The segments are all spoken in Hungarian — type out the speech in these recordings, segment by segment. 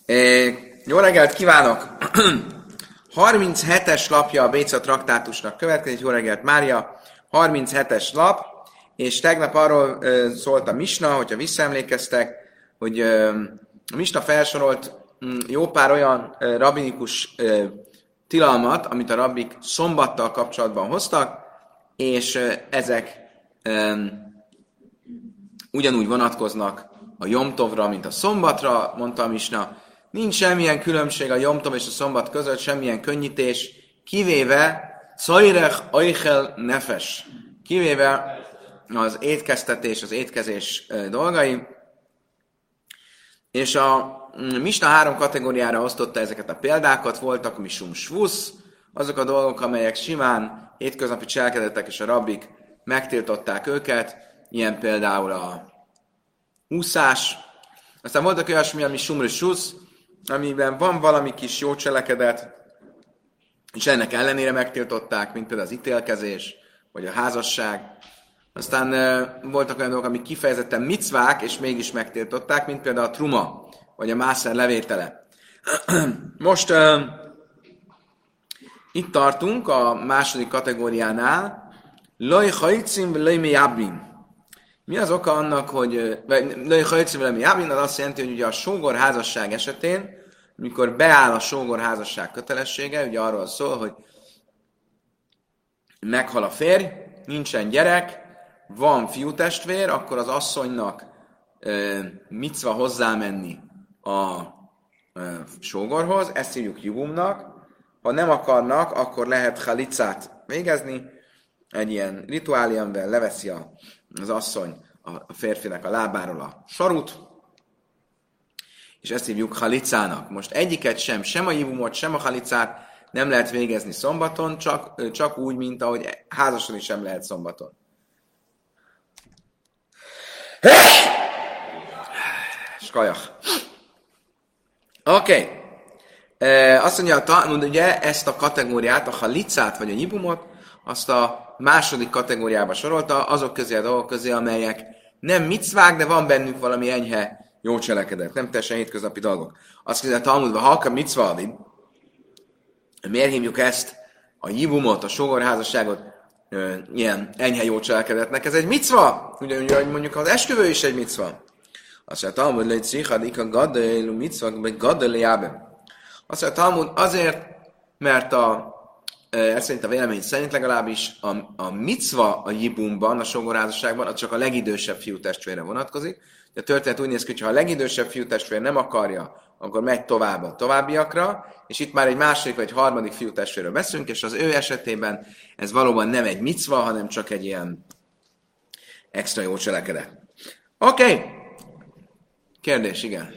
Jó reggelt kívánok! 37-es lapja a Béca traktátusnak következik. Jó reggelt, Mária! 37-es lap, és tegnap arról szólt a Misna, hogyha visszaemlékeztek, hogy a Misna felsorolt jó pár olyan rabinikus tilalmat, amit a rabbik szombattal kapcsolatban hoztak, és ezek ugyanúgy vonatkoznak a Jom Tovra, mint a szombatra, mondta a Misna. Nincs semmilyen különbség a Jom Tov és a szombat között, semmilyen könnyítés, kivéve Cajrech Eichel Nefes, kivéve az étkeztetés, az étkezés dolgai. És a Misna 3 kategóriára osztotta ezeket a példákat, voltak misum svusz, azok a dolgok, amelyek simán hétköznapi cselekedetek, és a rabbik megtiltották őket, ilyen például a úszás. Aztán voltak olyasmi, ami sumrisusz, amiben van valami kis jó cselekedet, és ennek ellenére megtiltották, mint például az ítélkezés, vagy a házasság. Aztán voltak olyan dolgok, amik kifejezetten micvák, és mégis megtiltották, mint például a truma, vagy a mászer levétele. Most itt tartunk a második kategóriánál, loj hajcim, loj mejabim. Mi az oka annak, hogy loj hajcim, loj mejabim, az azt jelenti, hogy ugye a sógorházasság esetén, amikor beáll a sógorházasság kötelessége, ugye arról szól, hogy meghal a férj, nincsen gyerek, van fiútestvér, akkor az asszonynak micva hozzámenni a sógorhoz, ezt hívjuk jubumnak. Ha nem akarnak, akkor lehet halicát végezni, egy ilyen rituálé, amivel leveszi az asszony a férfinek a lábáról a sarut, és ezt hívjuk halicának. Most egyiket sem a jubumot, sem a halicát nem lehet végezni szombaton, csak úgy, mint ahogy házasodni sem lehet szombaton. Skajach. Oké. Azt mondja, ugye ezt a kategóriát, a halicát vagy a jibumot, azt a második kategóriába sorolta, azok közé a dolgok közé, amelyek nem micvák, de van bennük valami enyhe jó cselekedet, nem teljesen hétköznapi dolgok. Azt mondja, a Talmudban, halka micva adib, miért hívjuk ezt a jibumot, a sógorházasságot ilyen enyhe jó cselekedetnek? Ez egy micva, ugye mondjuk az esküvő is egy micva. Azt mondja, Talmud lej cichadik a gadelu micva, vagy gadelu jábem. Azt mondja, Talmud azért, mert ez szerint a vélemény szerint legalábbis a micva a jibumban, a sógorházasságban, az csak a legidősebb fiútestvére vonatkozik. A történet úgy néz ki, hogy ha a legidősebb fiútestvér nem akarja, akkor megy tovább a továbbiakra, és itt már egy második vagy harmadik fiútestvérről beszélünk, és az ő esetében ez valóban nem egy micva, hanem csak egy ilyen extra jó cselekedet. Oké. Kérdés, igen.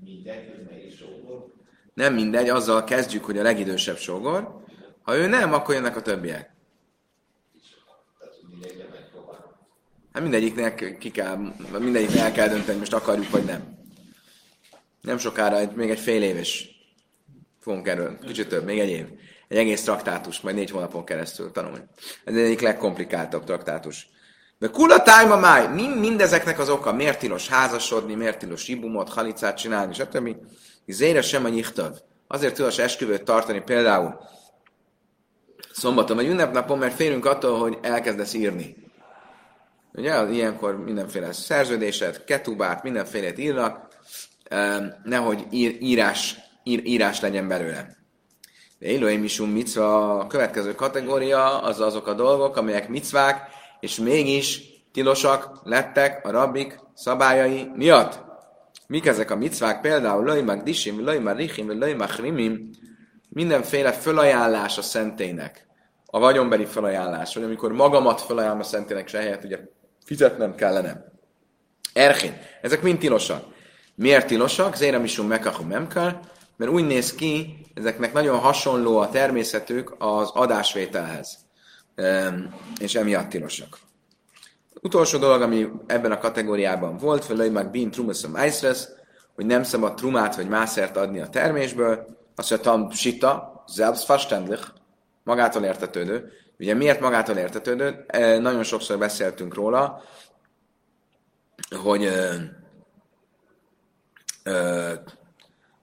Nem mindegy, azzal kezdjük, hogy a legidősebb sógor. Ha ő nem, akkor jönnek a többiek. Hát mindegyiknek el kell dönteni, most akarjuk, vagy nem. Nem sokára, még egy fél év is fogunk erről, kicsit több, még egy év. Egy egész traktátus, majd 4 hónapon keresztül tanulni. Ez egyik legkomplikáltabb traktátus. De kula tájma máj, mindezeknek az oka, miért tilos házasodni, miért tilos ibumot, halicát csinálni, stb. Zére sem a nyihtav. Azért tilos esküvőt tartani például szombaton vagy ünnepnapon, mert félünk attól, hogy elkezdesz írni. Ugye, ilyenkor mindenféle szerződéset, ketubát, mindenfélét írnak, nehogy írás legyen belőle. De Elohim misum micva, a következő kategória az azok a dolgok, amelyek micvák, és mégis tilosak lettek a rabbik szabályai miatt. Mik ezek a micvák? Például lojmak disim, lojmak richim, lojmak rimim, mindenféle fölajánlás a szentélynek. A vagyonbeli fölajánlás, vagy amikor magamat fölajánlom a szentélynek, se helyett ugye fizetnem kellene. Erchén. Ezek mind tilosak. Miért tilosak? Zéra misum mekachum memkar, mert úgy néz ki, ezeknek nagyon hasonló a természetük az adásvételhez. És emiatt tilosak. Utolsó dolog, ami ebben a kategóriában volt, hogy meg bin trumaszom ice, hogy nem szabad trumát vagy mászert adni a termésből, azt mondja, sita, selbstverständlich, magától értetődő. Ugye miért magától értetődő? Nagyon sokszor beszéltünk róla, hogy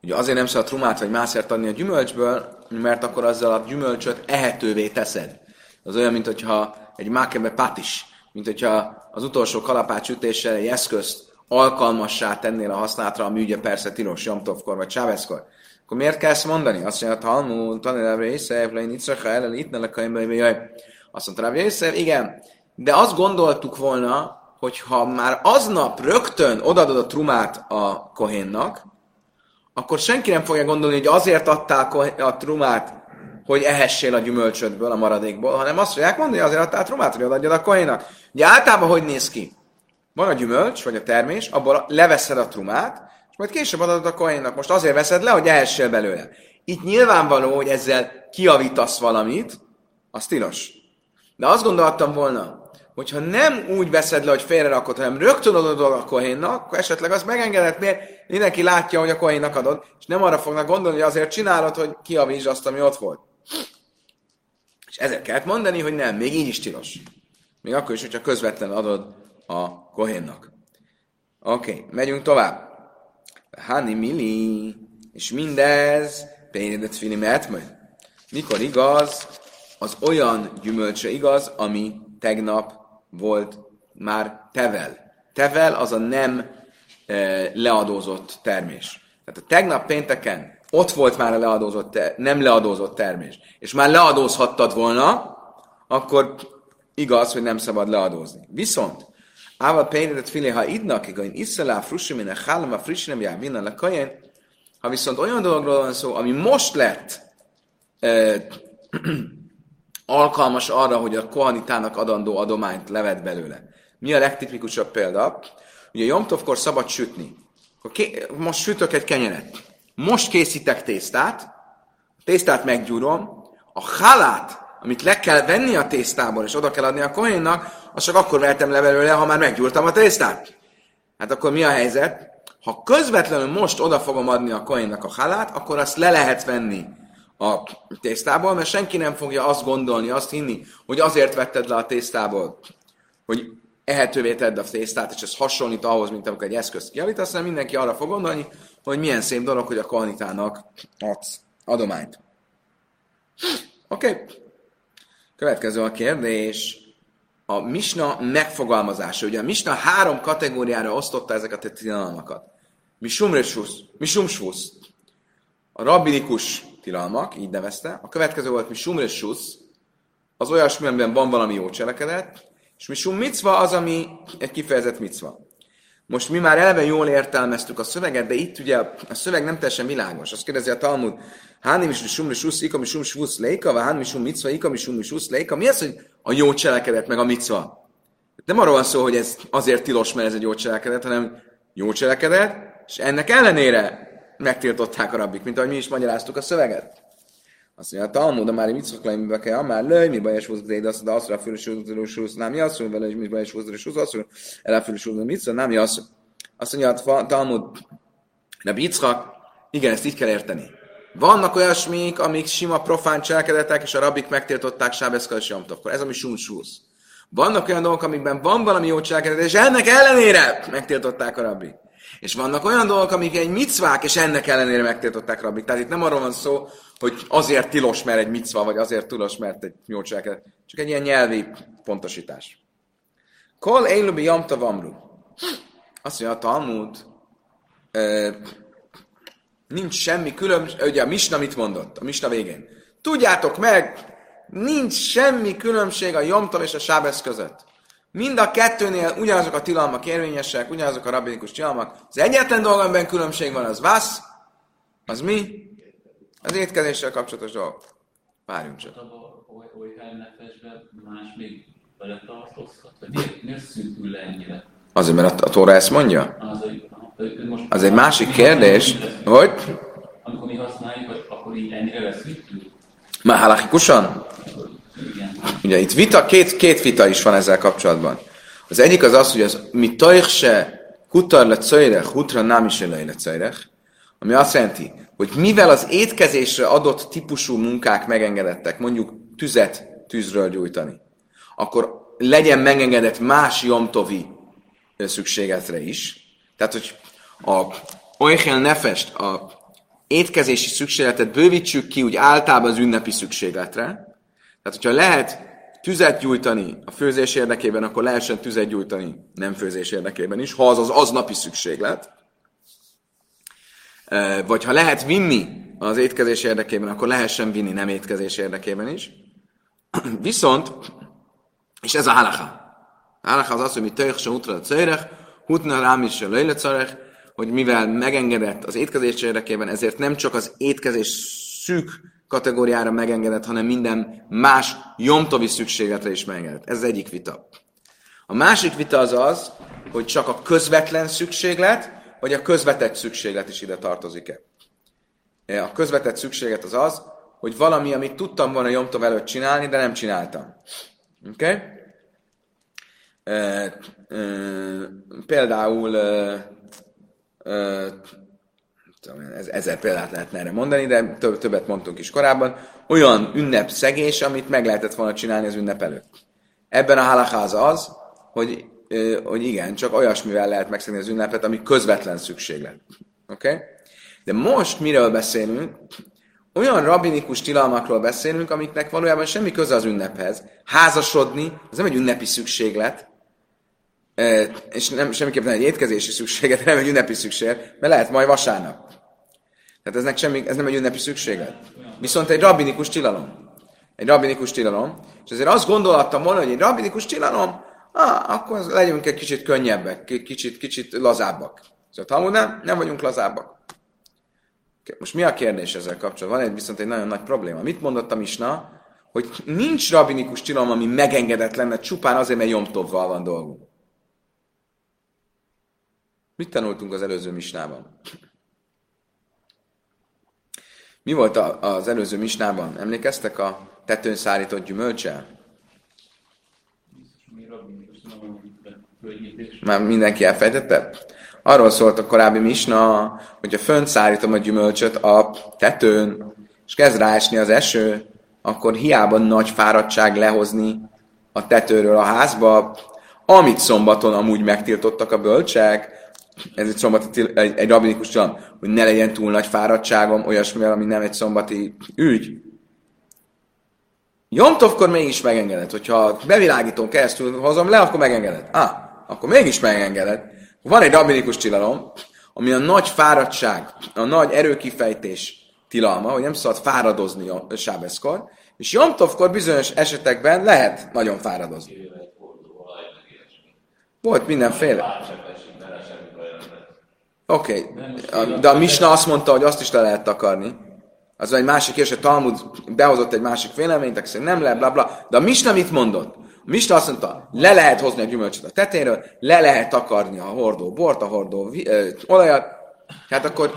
Ugye azért nem szabad trumát vagy mászert adni a gyümölcsből, mert akkor azzal a gyümölcsöt ehetővé teszed. Az olyan, mint hogyha egy mákebe patis, mint hogyha az utolsó kalapács ütéssel egy eszközt alkalmassá tennél a használatra, ami ugye persze tilos, Jomtovkor vagy Csáveszkor. Akkor miért kell ezt mondani? Azt mondja, Talmud, tanulávra észrev, lein itzracha ellen, itt ne lekaimbe, jaj. Azt mondta rá, észrev, igen, de azt gondoltuk volna, hogy ha már aznap rögtön odaadod a trumát a kohénnak, akkor senki nem fogja gondolni, hogy azért adtál a trumát, hogy ehessél a gyümölcsödből, a maradékból, hanem azt fogják mondani, hogy azért adtál a trumát, hogy odaadjad a kohénnak. Ugye általában hogy néz ki? Van a gyümölcs, vagy a termés, abból leveszed a trumát, és majd később adod a kohénnak. Most azért veszed le, hogy ehessél belőle. Itt nyilvánvaló, hogy ezzel kiavítasz valamit, az tilos. De azt gondoltam volna, hogyha nem úgy veszed le, hogy félrerakod, hanem rögtön adod a kohénnak, akkor esetleg azt megengedett, mert mindenki látja, hogy a kohénnak adod, és nem arra fognak gondolni, hogy azért csinálod, hogy kiavítsd azt, ami ott volt. És ezért kellett mondani, hogy nem, még így is tilos. Még akkor is, hogyha közvetlenül adod a kohénnak. Oké, megyünk tovább. Hani mili, és mindez pénédet filimet majd. Mikor igaz, az olyan gyümölcse igaz, ami tegnap volt már tevel. Tevel az a nem leadózott termés. Tehát a tegnap pénteken ott volt már a nem leadózott termés, és már leadózhattad volna, akkor igaz, hogy nem szabad leadózni. Viszont, ával pénédet filé, ha idnak, hogy iszalá frusimine hálama frissinem jávinna le kajen, ha viszont olyan dologról van szó, ami most lett alkalmas arra, hogy a kohanitának adandó adományt leved belőle. Mi a legtipikusabb példa? Ugye Jomtovkor szabad sütni. Most sütök egy kenyeret. Most készítek tésztát meggyúrom, a halát, amit le kell venni a tésztából, és oda kell adni a kohénnak, azt csak akkor vehetem le belőle, ha már meggyúrtam a tésztát. Hát akkor mi a helyzet? Ha közvetlenül most oda fogom adni a kohénnak a halát, akkor azt le lehet venni a tésztából, mert senki nem fogja azt gondolni, azt hinni, hogy azért vetted le a tésztából, hogy ehetővé tedd a tésztát, és ez hasonlít ahhoz, mint amikor egy eszközt kiavítasz, hanem mindenki arra fog gondolni, hogy milyen szép dolog, hogy a kohanitának adsz adományt. Oké. Következő a kérdés. A misna megfogalmazása. Ugye a misna 3 kategóriára osztotta ezeket a tilalmakat. Misum svusz. A rabbinikus tilalmak, így nevezte. A következő volt misum reshusz, az olyasmi, amiben van valami jó cselekedet, és misum micva az, ami egy kifejezett micva. Most mi már eleve jól értelmeztük a szöveget, de itt ugye a szöveg nem teljesen világos. Azt kérdezi a Talmud, háni misum reshusz, ika misum svusz leika, vagy háni misum micva, ika misum svusz leika. Mi az, hogy a jó cselekedet meg a micva? Nem arról van szó, hogy ez azért tilos, mert ez egy jó cselekedet, hanem jó cselekedet, és ennek ellenére megtiltották a rabbik, mint ahogy mi is magyaráztuk a szöveget. Azt mondja, a Talmud, a mári mitzoklaimbe kell, már lőj, mi baj és húzd, de azt rá fülösúz, nem jasszul, vele, és mi baj és húzd, azt elfülösúz, mit nem jasszul. Azt mondja, a Talmud, de Yitzchak, igen, ezt így kell érteni. Vannak olyasmik, amik sima profán cselekedetek, és a rabbik megtiltották Sábeszkal és Jomtovkor. Ez a mi sumsúz. Vannak olyan dolgok, amikben van valami jó cselekedet, és ennek ellenére megtiltották a rabbik. És vannak olyan dolgok, amik egy micvák, és ennek ellenére megtiltották rabbik. Tehát itt nem arról van szó, hogy azért tilos, mert egy micva, vagy azért tilos, mert egy jó cselekedet. Csak egy ilyen nyelvi pontosítás. Kol eilubi jamtav amru. Azt mondja a Talmud, nincs semmi különbség, ugye a misna mit mondott? A misna végén. Tudjátok meg, nincs semmi különbség a jomtav és a sábesz között. Mind a kettőnél ugyanazok a tilalmak érvényesek, ugyanazok a rabbinikus tilalmak. Az egyetlen dolog, amiben különbség van, az vász. Az mi? Az étkezéssel kapcsolatos dolog. Várjunk csak. Más még beletartozhat? Miért szűkül le ennyire? Azért, mert a Tóra ezt mondja? Az egy másik kérdés, hogy? Amikor mi használjuk, akkor így ennyire leszűkül? Már halachikusan? Ugye itt vita, két vita is van ezzel kapcsolatban. Az egyik az az, hogy az mi tajhse hutar le cajrech, hutra nem is le cajrech, ami azt jelenti, hogy mivel az étkezésre adott típusú munkák megengedettek, mondjuk tüzet tűzről gyújtani, akkor legyen megengedett más jomtovi szükségetre is. Tehát, hogy a oichel nefest, a étkezési szükségletet bővítsük ki úgy általában az ünnepi szükségletre. Tehát, hogyha lehet tüzet gyújtani a főzés érdekében, akkor lehessen tüzet gyújtani nem főzés érdekében is, ha az az aznapi szükséglet. Vagy ha lehet vinni az étkezés érdekében, akkor lehessen vinni nem étkezés érdekében is. Viszont, és ez a halacha. A halacha az az, hogy mi töjjek se utra a cörech, hutna rám is a löjlecarech, hogy mivel megengedett az étkezés érdekében, ezért nem csak az étkezés szűk kategóriára megengedett, hanem minden más jomtovi szükségletre is megengedett. Ez az egyik vita. A másik vita az az, hogy csak a közvetlen szükséglet, vagy a közvetett szükséglet is ide tartozik-e. A közvetett szükséglet az az, hogy valami, amit tudtam volna jomtov előtt csinálni, de nem csináltam. Oké? Például ezer példát lehetne erre mondani, de többet mondtunk is korábban, olyan ünnep szegés, amit meg lehetett volna csinálni az ünnep előtt. Ebben a halacha az, hogy igen, csak olyasmivel lehet megszegni az ünnepet, ami közvetlen szükséglet. Oké? De most miről beszélünk? Olyan rabbinikus tilalmakról beszélünk, amiknek valójában semmi köze az ünnephez. Házasodni, ez nem egy ünnepi szükséglet, és nem semmiképpen egy étkezési szükséget, nem egy ünnepi szükséglet, mert lehet majd vasárnap. Tehát ez nem egy ünnepi szükséglet. Viszont egy rabbinikus tilalom. Egy rabbinikus tilalom. És ezért azt gondoltam volna, hogy egy rabbinikus tilalom, akkor legyünk egy kicsit könnyebbek, kicsit lazábbak. Szóval nem vagyunk lazábbak. Most mi a kérdés ezzel kapcsolatban? Van viszont egy nagyon nagy probléma. Mit mondott a Misna? Hogy nincs rabbinikus tilalom, ami megengedett lenne csupán azért, mert Jomtovval van dolgunk. Mit tanultunk az előző Misnában? Mi volt az előző Misnában? Emlékeztek a tetőn szárított gyümölcsel? Már mindenki elfejtette? Arról szólt a korábbi Misna, hogyha fönt szárítom a gyümölcsöt a tetőn, és kezd ráesni az eső, akkor hiába nagy fáradtság lehozni a tetőről a házba, amit szombaton amúgy megtiltottak a bölcsek, ez egy rabbinikus tilalom, hogy ne legyen túl nagy fáradtságom olyasmivel, ami nem egy szombati ügy. Jomtovkor mégis megengedett, hogyha bevilágítón keresztül hozom le, akkor megengedett. Akkor mégis megengedett. Van egy rabbinikus tilalom, ami a nagy fáradtság, a nagy erőkifejtés tilalma, hogy nem szabad fáradozni a sábeszkor, és Jomtovkor bizonyos esetekben lehet nagyon fáradozni. Volt mindenféle. Oké, de a Misna azt mondta, hogy azt is le lehet takarni. Az egy másik kérdés, a Talmud behozott egy másik véleményt, aki szerint nem lehet, bla bla. De a Misna mit mondott? A Misna azt mondta, le lehet hozni a gyümölcsöt a tetejéről, le lehet takarni a hordó bort, a hordó olajat. Hát akkor...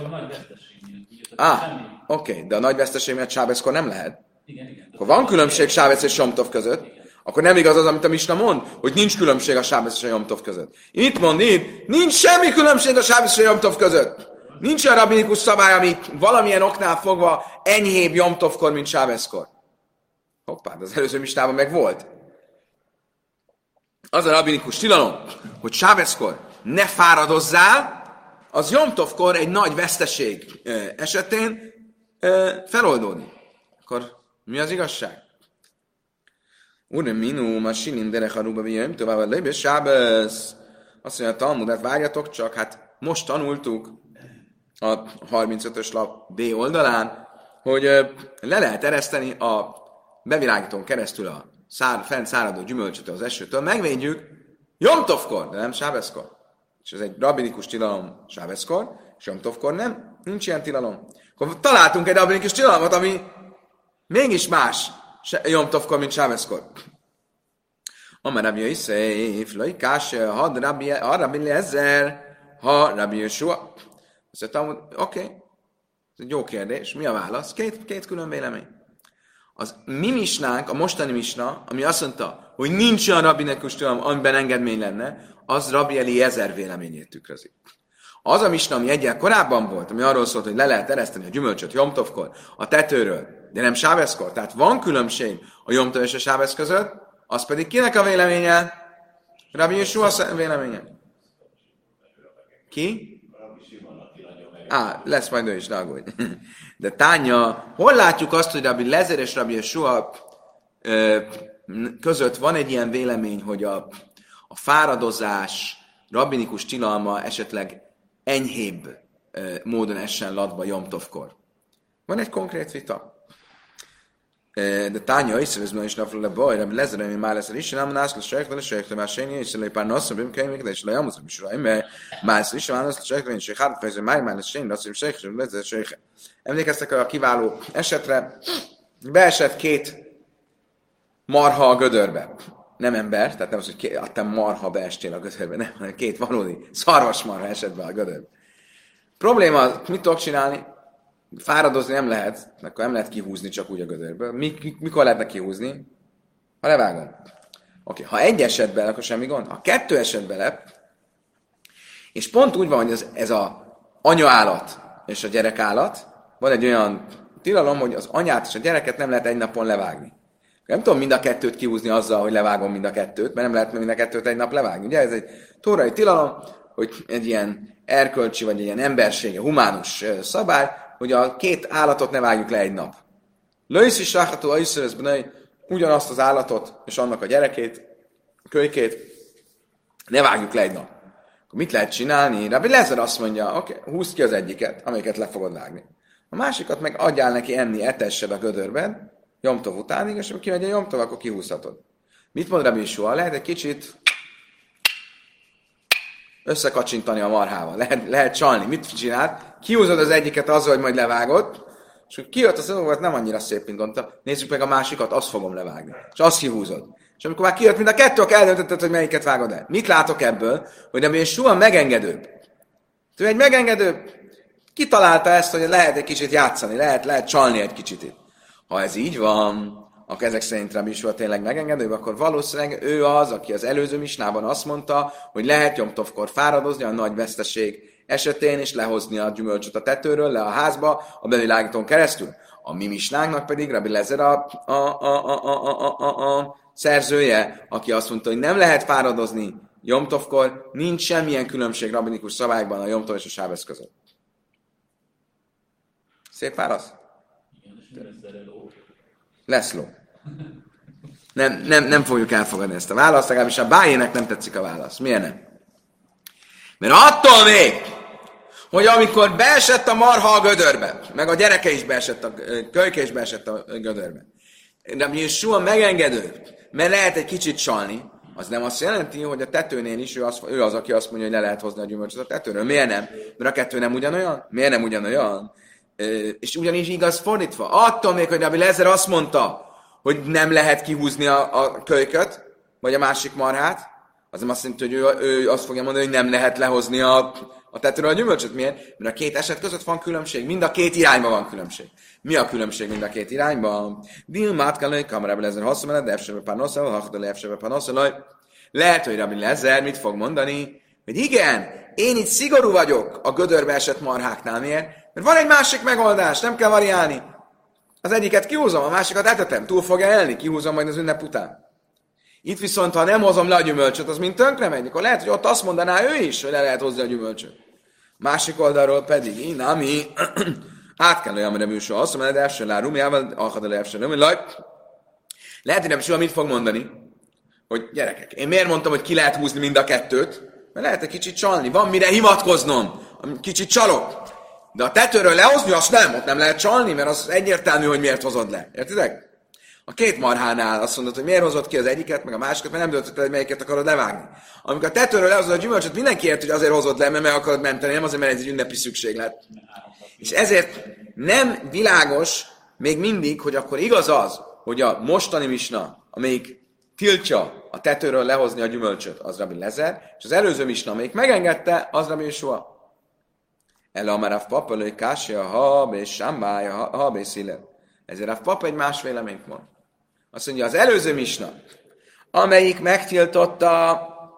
Oké, de a nagy veszteség miatt sábeszkor nem lehet. Akkor van különbség sábesz és Jomtov között, akkor nem igaz az, amit a Misna mond, hogy nincs különbség a sábesz és a Jomtov között. Itt mond itt, nincs semmi különbség a sábesz és a Jomtov között. Nincs olyan rabbinikus szabály, ami valamilyen oknál fogva enyhébb Jomtovkor, mint sábeszkor. Hoppá, de az előző Misnában meg volt. Az a rabbinikus tilalom, hogy sábeszkor ne fáradozzál, az Jomtovkor egy nagy veszteség esetén feloldódni. Akkor mi az igazság? Uram, minum, a sinin derecharuba vijem, tovább a lébés sábesz. Azt mondja, a Talmudát várjatok csak, hát most tanultuk a 35-ös lap B oldalán, hogy le lehet ereszteni a bevilágítón keresztül a fent száradó gyümölcsöt az esőtől, megvédjük Jomtovkor, de nem sábeszkor. És ez egy rabbinikus tilalom sábeszkor, és Jomtovkor nem, nincs ilyen tilalom. Akkor találtunk egy rabbinikus tilalmat, ami mégis más Jomtovkor, mint sábeszkor. Amar Rabbi Yosef, Laikás, had Rabbi Lezer, ha Rabbi Yeshua. Azt mondtam, oké, ez egy jó kérdés. Mi a válasz? Két külön vélemény. Az mi misnánk, a mostani misna, ami azt mondta, hogy nincs olyan rabbinikus tilalom, amiben engedmény lenne, az Rabbi Eliezer véleményét tükrözi. Az a misna, ami egyel korábban volt, ami arról szólt, hogy le lehet ereszteni a gyümölcsöt Jomtovkor a tetőről, de nem sábeszkor. Tehát van különbség a Jomtov és a sábesz között, az pedig kinek a véleménye? Rabbi Yeshua véleménye. Ki? Lesz majd ő is, ne aggódj. De Tánya, hol látjuk azt, hogy Rabbi Lezer és Rabbi Yeshua között van egy ilyen vélemény, hogy a fáradozás, rabbinikus tilalma esetleg enyhébb módon essen latba Jom Tovkor. Van egy konkrét vita. De Tánya észrevizben is nafról le baj, Rabbi Lezer, ami már lesz a is, nem nász, lesz sejkle, más sejni, és le pár nasszom, bim kell még, és le jamusz, és rá, mert már lesz is, van lesz sejkle, és hát fejező, már lesz sejni, nasszom, sejkle, Lezer, sejkle. Emlékeztek a kiváló esetre, beesett két marha a gödörbe. Nem ember, tehát nem az, hogy te marha beestél a gödörbe, nem, hanem két valódi szarvasmarha esett be a gödörbe. Probléma az, mit tudok csinálni? Fáradozni nem lehet, akkor nem lehet kihúzni csak úgy a gödörből. Mikor lehetne kihúzni? Ha levágom. Oké, ha egy esett bele, akkor semmi gond. Ha kettő esett bele, és pont úgy van, hogy ez az anyaállat és a gyerekállat, van egy olyan tilalom, hogy az anyát és a gyereket nem lehet egy napon levágni. Nem tudom mind a kettőt kihúzni azzal, hogy levágom mind a kettőt, mert nem lehet mind a kettőt egy nap levágni. Ugye ez egy tórai tilalom, hogy egy ilyen erkölcsi vagy egy ilyen embersége, humánus szabály, hogy a két állatot ne vágjuk le egy nap. Lősz is ráható a iszörözben, ugyanazt az állatot és annak a gyerekét, a kölykét, ne vágjuk le egy nap. Akkor mit lehet csinálni? Rabbi Lezer azt mondja, oké, húzd ki az egyiket, amelyiket le fogod vágni. A másikat meg adjál neki enni, etessed a gödörben, Jom Tov utánig, és amikor kimegy a Jom Tov, akkor kihúzhatod. Mit mond Rabbi Yeshua? Lehet egy kicsit összekacsintani a marhával. Lehet csalni. Mit csinált? Kihúzod az egyiket azzal, hogy majd levágod, és hogy kijött az dolgot, nem annyira szép, mint mondta. Nézzük meg a másikat, azt fogom levágni. És azt kihúzod. És amikor már kijött mind a kettő, akkor eldöntötted, hogy melyiket vágod el. Mit látok ebből? Hogy Rabbi Yeshua megengedőbb. Ő egy megengedőbb. Kitalálta ezt, hogy lehet egy kicsit játszani, lehet csalni egy kicsit itt. Ha ez így van, akkor ezek szerint Rabbi Yeshua tényleg megengedőbb, akkor valószínűleg ő az, aki az előző misnában azt mondta, hogy lehet Jom Tovkor fáradozni a nagy veszteség esetén, és lehozni a gyümölcsöt a tetőről, le a házba, a bevilágítón keresztül. A mi misnánknak pedig Rabbi Lezer a szerzője, aki azt mondta, hogy nem lehet fáradozni Jom Tovkor, nincs semmilyen különbség rabbinikus szabályokban a Jom Tov és a Sábesz között. Szép válasz? Lesz ló. Nem fogjuk elfogadni ezt a választ, legalábbis a Bájének nem tetszik a válasz. Miért nem? Mert attól még, hogy amikor beesett a marha a gödörbe, meg a gyereke is beesett, a kölyke is beesett a gödörbe, de Yeshua megengedő, mert lehet egy kicsit csalni, az nem azt jelenti, hogy a tetőnél is ő az, aki azt mondja, hogy le lehet hozni a gyümölcsöt a tetőről. Miért nem? Mert a kettő nem ugyanolyan? Miért nem ugyanolyan? És ugyanis igaz fordítva. Attól még, hogy Rabbi Lezer azt mondta, hogy nem lehet kihúzni a kölyköt, vagy a másik marhát, az nem azt jelenti, hogy ő azt fogja mondani, hogy nem lehet lehozni a tetőről a gyümölcsöt. Miért? Mert a két eset között van különbség. Mind a két irányban van különbség. Mi a különbség mind a két irányban? Dilmát kell lőni, Rabbi Lezer haszonmenet, de efsebe panoszel, hachadali efsebe panoszel. Lehet, hogy Rabbi Lezer mit fog mondani? Hogy igen, én itt szigorú vagyok a gödörbe esett marháknál. Miért? Mert van egy másik megoldás, nem kell variálni. Az egyiket kihúzom, a másikat etetem, túl fogja elni, kihúzom majd az ünnep után. Itt viszont, ha nem hozom le a gyümölcsöt, az mind tönkre megy. Akkor lehet, hogy ott azt mondaná ő is, hogy le lehet hozni a gyümölcsöt. Másik oldalról pedig, én, ami át kell olyan, mert műsor azt mondja, de első lá rumiával, alkadal első lehet, hogy nem mit fog mondani, hogy gyerekek, én miért mondtam, hogy ki lehet húzni mind a kettőt? Mert lehet egy kicsit csalni, van mire hivatkoznom, kicsit csalok. De a tetőről lehozni, azt nem, ott nem lehet csalni, mert az egyértelmű, hogy miért hozod le. Értitek? A két marhánál azt mondod, hogy miért hozod ki az egyiket, meg a másikat, mert nem döntötted, hogy melyiket akarod levágni. Amikor a tetőről lehozod a gyümölcsöt, mindenki ért, hogy azért hozod le, mert meg akarod menteni, nem azért, mert ez egy ünnepi szükséglet. És ezért nem világos még mindig, hogy akkor igaz az, hogy a mostani misna, amelyik tiltja a tetőről lehozni a gyümölcsöt, az Rabbi Lezer, és az előző misna, amelyik megengedte, az Rabbi Yeshua. El a Rav Papa lőj kásja, ha és sambája, ha és szíle. Ezért Rav Papa egy más véleményt mond. Azt mondja, az előző misna, amelyik megtiltotta,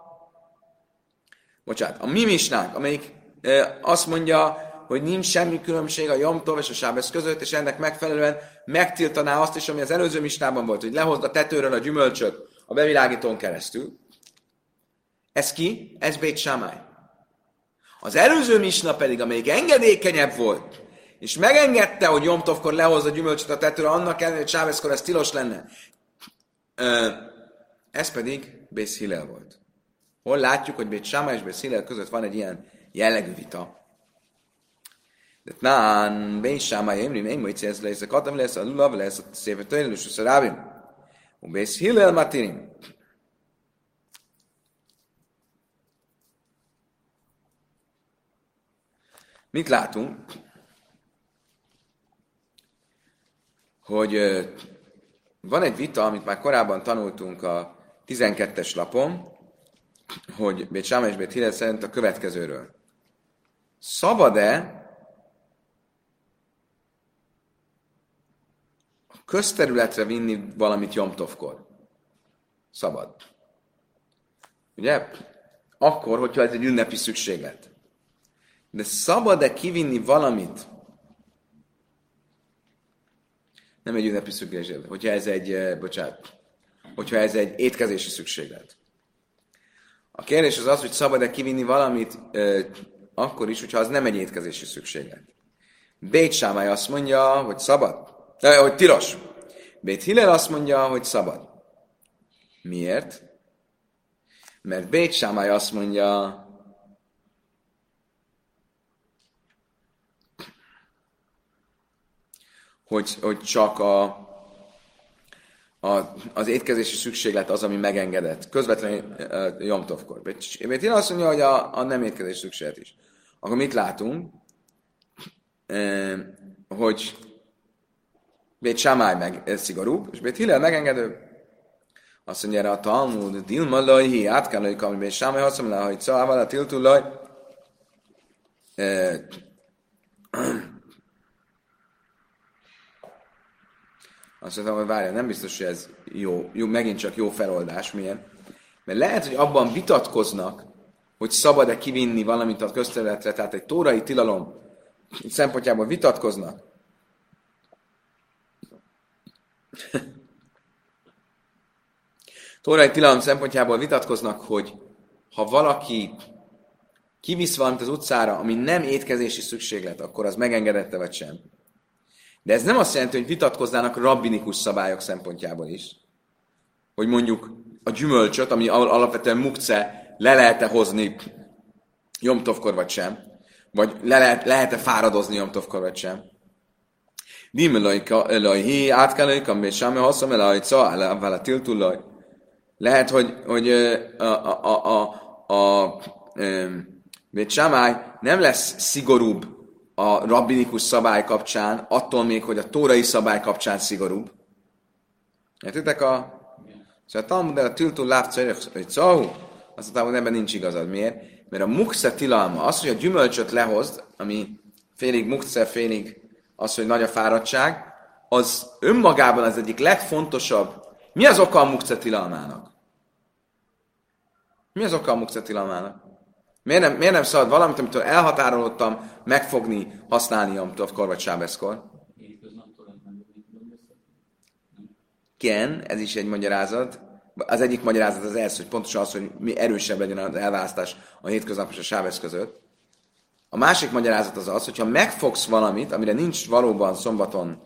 a mi misnánk, amelyik azt mondja, hogy nincs semmi különbség a Jom Tov és a Sábesz között, és ennek megfelelően megtiltaná azt is, ami az előző misnában volt, hogy lehozd a tetőről a gyümölcsöt a bevilágítón keresztül. Ez ki? Ez Bét Sámály. Az előző misna pedig, amelyik engedékenyebb volt, és megengedte, hogy Jom Tovkor lehozza a gyümölcsöt a tetőre, annak ellenére, hogy Sábeszkor ez tilos lenne. Ez pedig Bész Hillel volt. Hol látjuk, hogy Bét Sámá és Bész Hillel között van egy ilyen jellegű vita. De tán, Bész Sámá, én majd ez lesz a katam, lesz a lulav, lesz a széfetőjel, és a rábim. Bész Hillel matirim. Mit látunk? Hogy van egy vita, amit már korábban tanultunk a 12-es lapon, hogy Bét Sámá és Bét Hillel szerint a következőről. Szabad-e a közterületre vinni valamit Jom Tovkor? Szabad. Ugye? Akkor, hogyha ez egy ünnepi szükséglet. De szabad-e kivinni valamit? Nem egy ünnepi szükséglet. Hogyha ez egy étkezési szükséglet. A kérdés az az, hogy szabad-e kivinni valamit akkor is, hogyha az nem egy étkezési szükséglet. Bét Sámály azt mondja, hogy szabad. Hogy tilos. Bét Hillel azt mondja, hogy szabad. Miért? Mert Bét Sámály azt mondja, hogy csak az étkezési szükséglet az, ami megengedett. Közvetlenül Jom Tovkor. Bét Hillel azt mondja, hogy a nem étkezési szükséglet is. Akkor mit látunk? Hogy Bét Sámály meg szigorúbb, és Bét Hillel megengedő. Azt mondja erre a Talmud, Dilma lajhi, átkálói kamli, Bét Sámály azt mondja, hogy szával a tiltú laj. Azt mondtam, hogy várjál, nem biztos, hogy ez jó, megint csak jó feloldás, milyen. Mert lehet, hogy abban vitatkoznak, hogy szabad-e kivinni valamit a közterületre, tehát egy tórai tilalom szempontjából vitatkoznak. Tórai tilalom szempontjából vitatkoznak, hogy ha valaki kivisz valamit az utcára, ami nem étkezési szükséglet, akkor az megengedette vagy sem. De ez nem azt jelenti, hogy vitatkoznának rabbinikus szabályok szempontjából is. Hogy mondjuk a gyümölcsöt, ami alapvetően mukce, le lehet-e hozni Jom Tovkor vagy sem. Vagy lehet-e fáradozni Jom Tovkor vagy sem. Dimelajhi, átkelőik, amiben semmi haszom, a tiltullaj. Lehet, hogy Bét Sámály nem lesz szigorúbb a rabbinikus szabály kapcsán, attól még, hogy a tórai szabály kapcsán szigorúbb. Értitek Szóval a Talmud a tiltul lábcajrek, hogy szahú, azt mondtam, hogy ebben nincs igazad. Miért? Mert a muksze tilalma, az, hogy a gyümölcsöt lehozd, ami félig muksze, félig az, hogy nagy a fáradtság, az önmagában az egyik legfontosabb. Mi az oka a muksze tilalmának? Mi az oka a muksze tilalmának? Miért nem szabad valamit, amitől elhatárolódtam megfogni, használni Jom Tovkor vagy Sábeszkor? Igen, ez is egy magyarázat. Az egyik magyarázat az ez, hogy pontosan az, hogy mi erősebb legyen az elválasztás a hétköznap és a Sábesz között. A másik magyarázat az az, hogyha megfogsz valamit, amire nincs valóban szombaton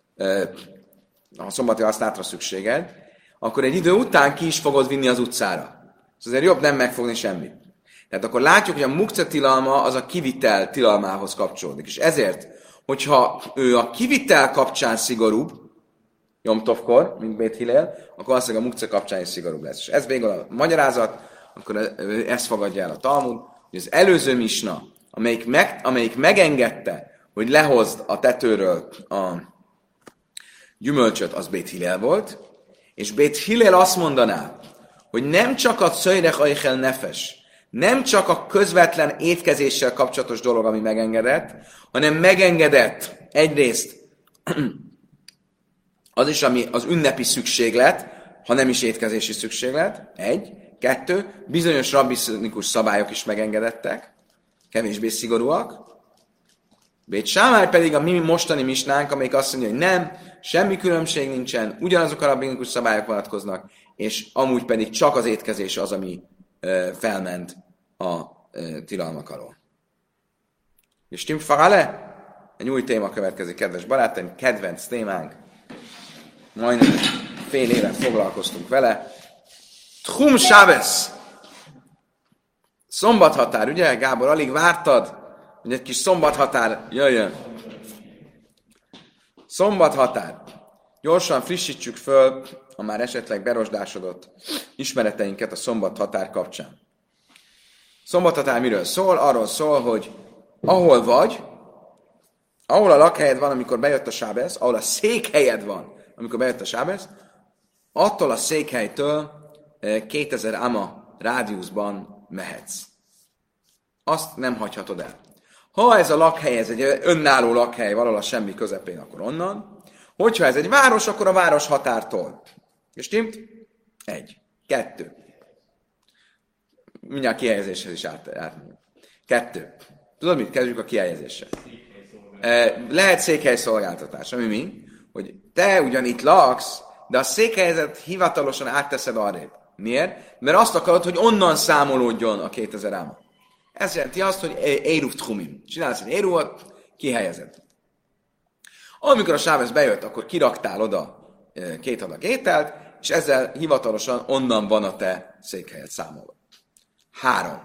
a szombati használatra szükséged, akkor egy idő után ki is fogod vinni az utcára. Szóval azért jobb nem megfogni semmit. Tehát akkor látjuk, hogy a mukce tilalma az a kivitel tilalmához kapcsolódik. És ezért, hogyha ő a kivitel kapcsán szigorúbb, Jom Tovkor, mint Bét Hillel, akkor azt mondja, a mukce kapcsán is szigorúbb lesz. És ez végül a magyarázat, akkor ezt fogadja el a Talmud, hogy az előző misna, amelyik megengedte, hogy lehozd a tetőről a gyümölcsöt, az Bét Hillel volt, és Bét Hillel azt mondaná, hogy nem csak a Czöjrech Aichel Nefes, nem csak a közvetlen étkezéssel kapcsolatos dolog, ami megengedett, hanem megengedett egyrészt az is, ami az ünnepi szükséglet, ha nem is étkezési szükséglet, 1, 2, bizonyos rabbinikus szabályok is megengedettek, kevésbé szigorúak. Bét Sámály pedig a mi mostani misnánk, amelyik azt mondja, hogy nem, semmi különbség nincsen, ugyanazok a rabbinikus szabályok vonatkoznak, és amúgy pedig csak az étkezés az, ami felment a tilalmak alól. És stimmt fagale? Egy új téma következik, kedves barátaim, kedvenc témánk. Majdnem fél évet foglalkoztunk vele. Tchum Shabbos. Szombathatár, ugye, Gábor? Alig vártad, hogy egy kis szombathatár jöjjön. Szombathatár. Gyorsan frissítsük föl a már esetleg berosdásodott ismereteinket a szombathatár kapcsán. Szombathatár miről szól? Arról szól, hogy ahol vagy, ahol a lakhelyed van, amikor bejött a sábesz, ahol a székhelyed van, amikor bejött a sábesz, attól a székhelytől 2000 ama rádiuszban mehetsz. Azt nem hagyhatod el. Ha ez a lakhely, ez egy önálló lakhely, valahol a semmi közepén, akkor onnan. Hogyha ez egy város, akkor a város határtól. És stimmt? 1. 2. Mindjárt kihelyezéshez is átmegyünk. 2. Tudod mit? Kezdjük a kihelyezéssel. Lehet székhelyszolgáltatás, ami mi? Hogy te ugyan itt laksz, de a székhelyezet hivatalosan átteszed arrébb. Miért? Mert azt akarod, hogy onnan számolódjon a 2000 áma. Ez jelenti azt, hogy Éruv Tchumim. Csinálsz egy Éruvot, kihelyezed. Amikor a sábesz bejött, akkor kiraktál oda 2 adag ételt, és ezzel hivatalosan onnan van a te székhelyed számolva. 3.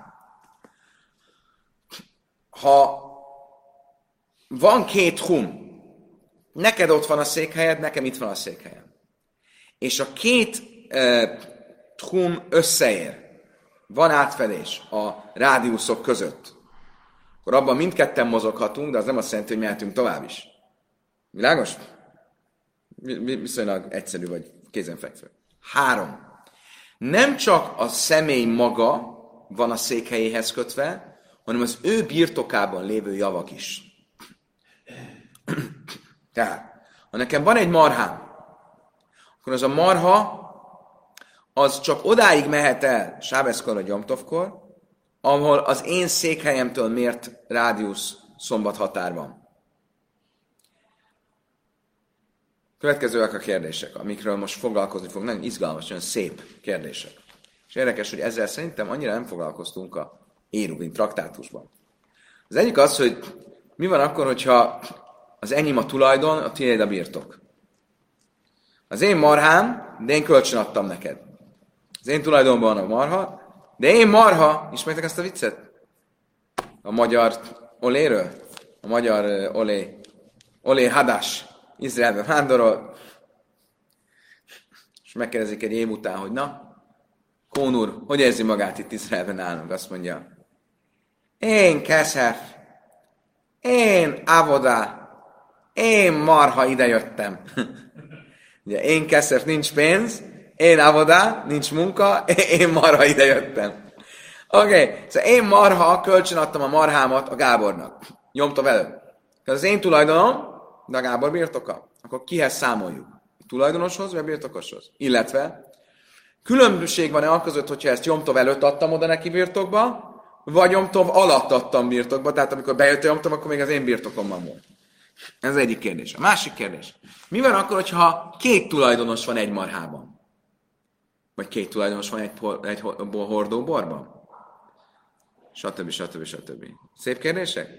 Ha van 2 tchum, neked ott van a székhelyed, nekem itt van a székhelyem. És a 2 tchum összeér, van átfedés a rádiuszok között, akkor abban mindketten mozoghatunk, de az nem azt jelenti, hogy mehetünk tovább is. Világos? Viszonylag egyszerű vagy kézenfekvő. 3. Nem csak a személy maga van a székhelyéhez kötve, hanem az ő birtokában lévő javak is. Tehát, ha nekem van egy marhám, akkor az a marha, az csak odáig mehet el sábeszkor vagy jomtovkor, ahol az én székhelyemtől mért rádiusz szombathatár van. Következőek a kérdések, amikről most foglalkozni fogunk. Nagyon izgalmas, nagyon szép kérdések. És érdekes, hogy ezzel szerintem annyira nem foglalkoztunk a Éruvin traktátusban. Az egyik az, hogy mi van akkor, hogyha az enyém a tulajdon, a tiéd a birtok. Az én marhám, de én kölcsön adtam neked. Az én tulajdonban van a marha, de én marha, ismertek ezt a viccet? A magyar oléről? A magyar olé hadás. Izraelbe vándorol, és megkérdezik egy év után, hogy na, Kón úr, hogy érzi magát itt Izraelben nálunk? Azt mondja, én keszef, én avoda, én marha idejöttem. Ugye, én keszef, nincs pénz, én avoda, nincs munka, én marha idejöttem. Oké, szóval én marha, kölcsön adtam a marhámat a Gábornak. Nyomta velem. Ez az én tulajdonom, de a Gábor birtoka. Akkor kihez számoljuk? A tulajdonoshoz, vagy a birtokoshoz? Illetve különbség van-e a között, hogyha ezt Jomtov előtt adtam oda neki birtokba, vagy Jomtov alatt adtam birtokba, tehát amikor bejött a Jomtov, akkor még az én birtokomban volt. Ez az egyik kérdés. A másik kérdés. Mi van akkor, hogyha 2 tulajdonos van egy marhában? Vagy 2 tulajdonos van egy hordóborban? Stb. Szép kérdések?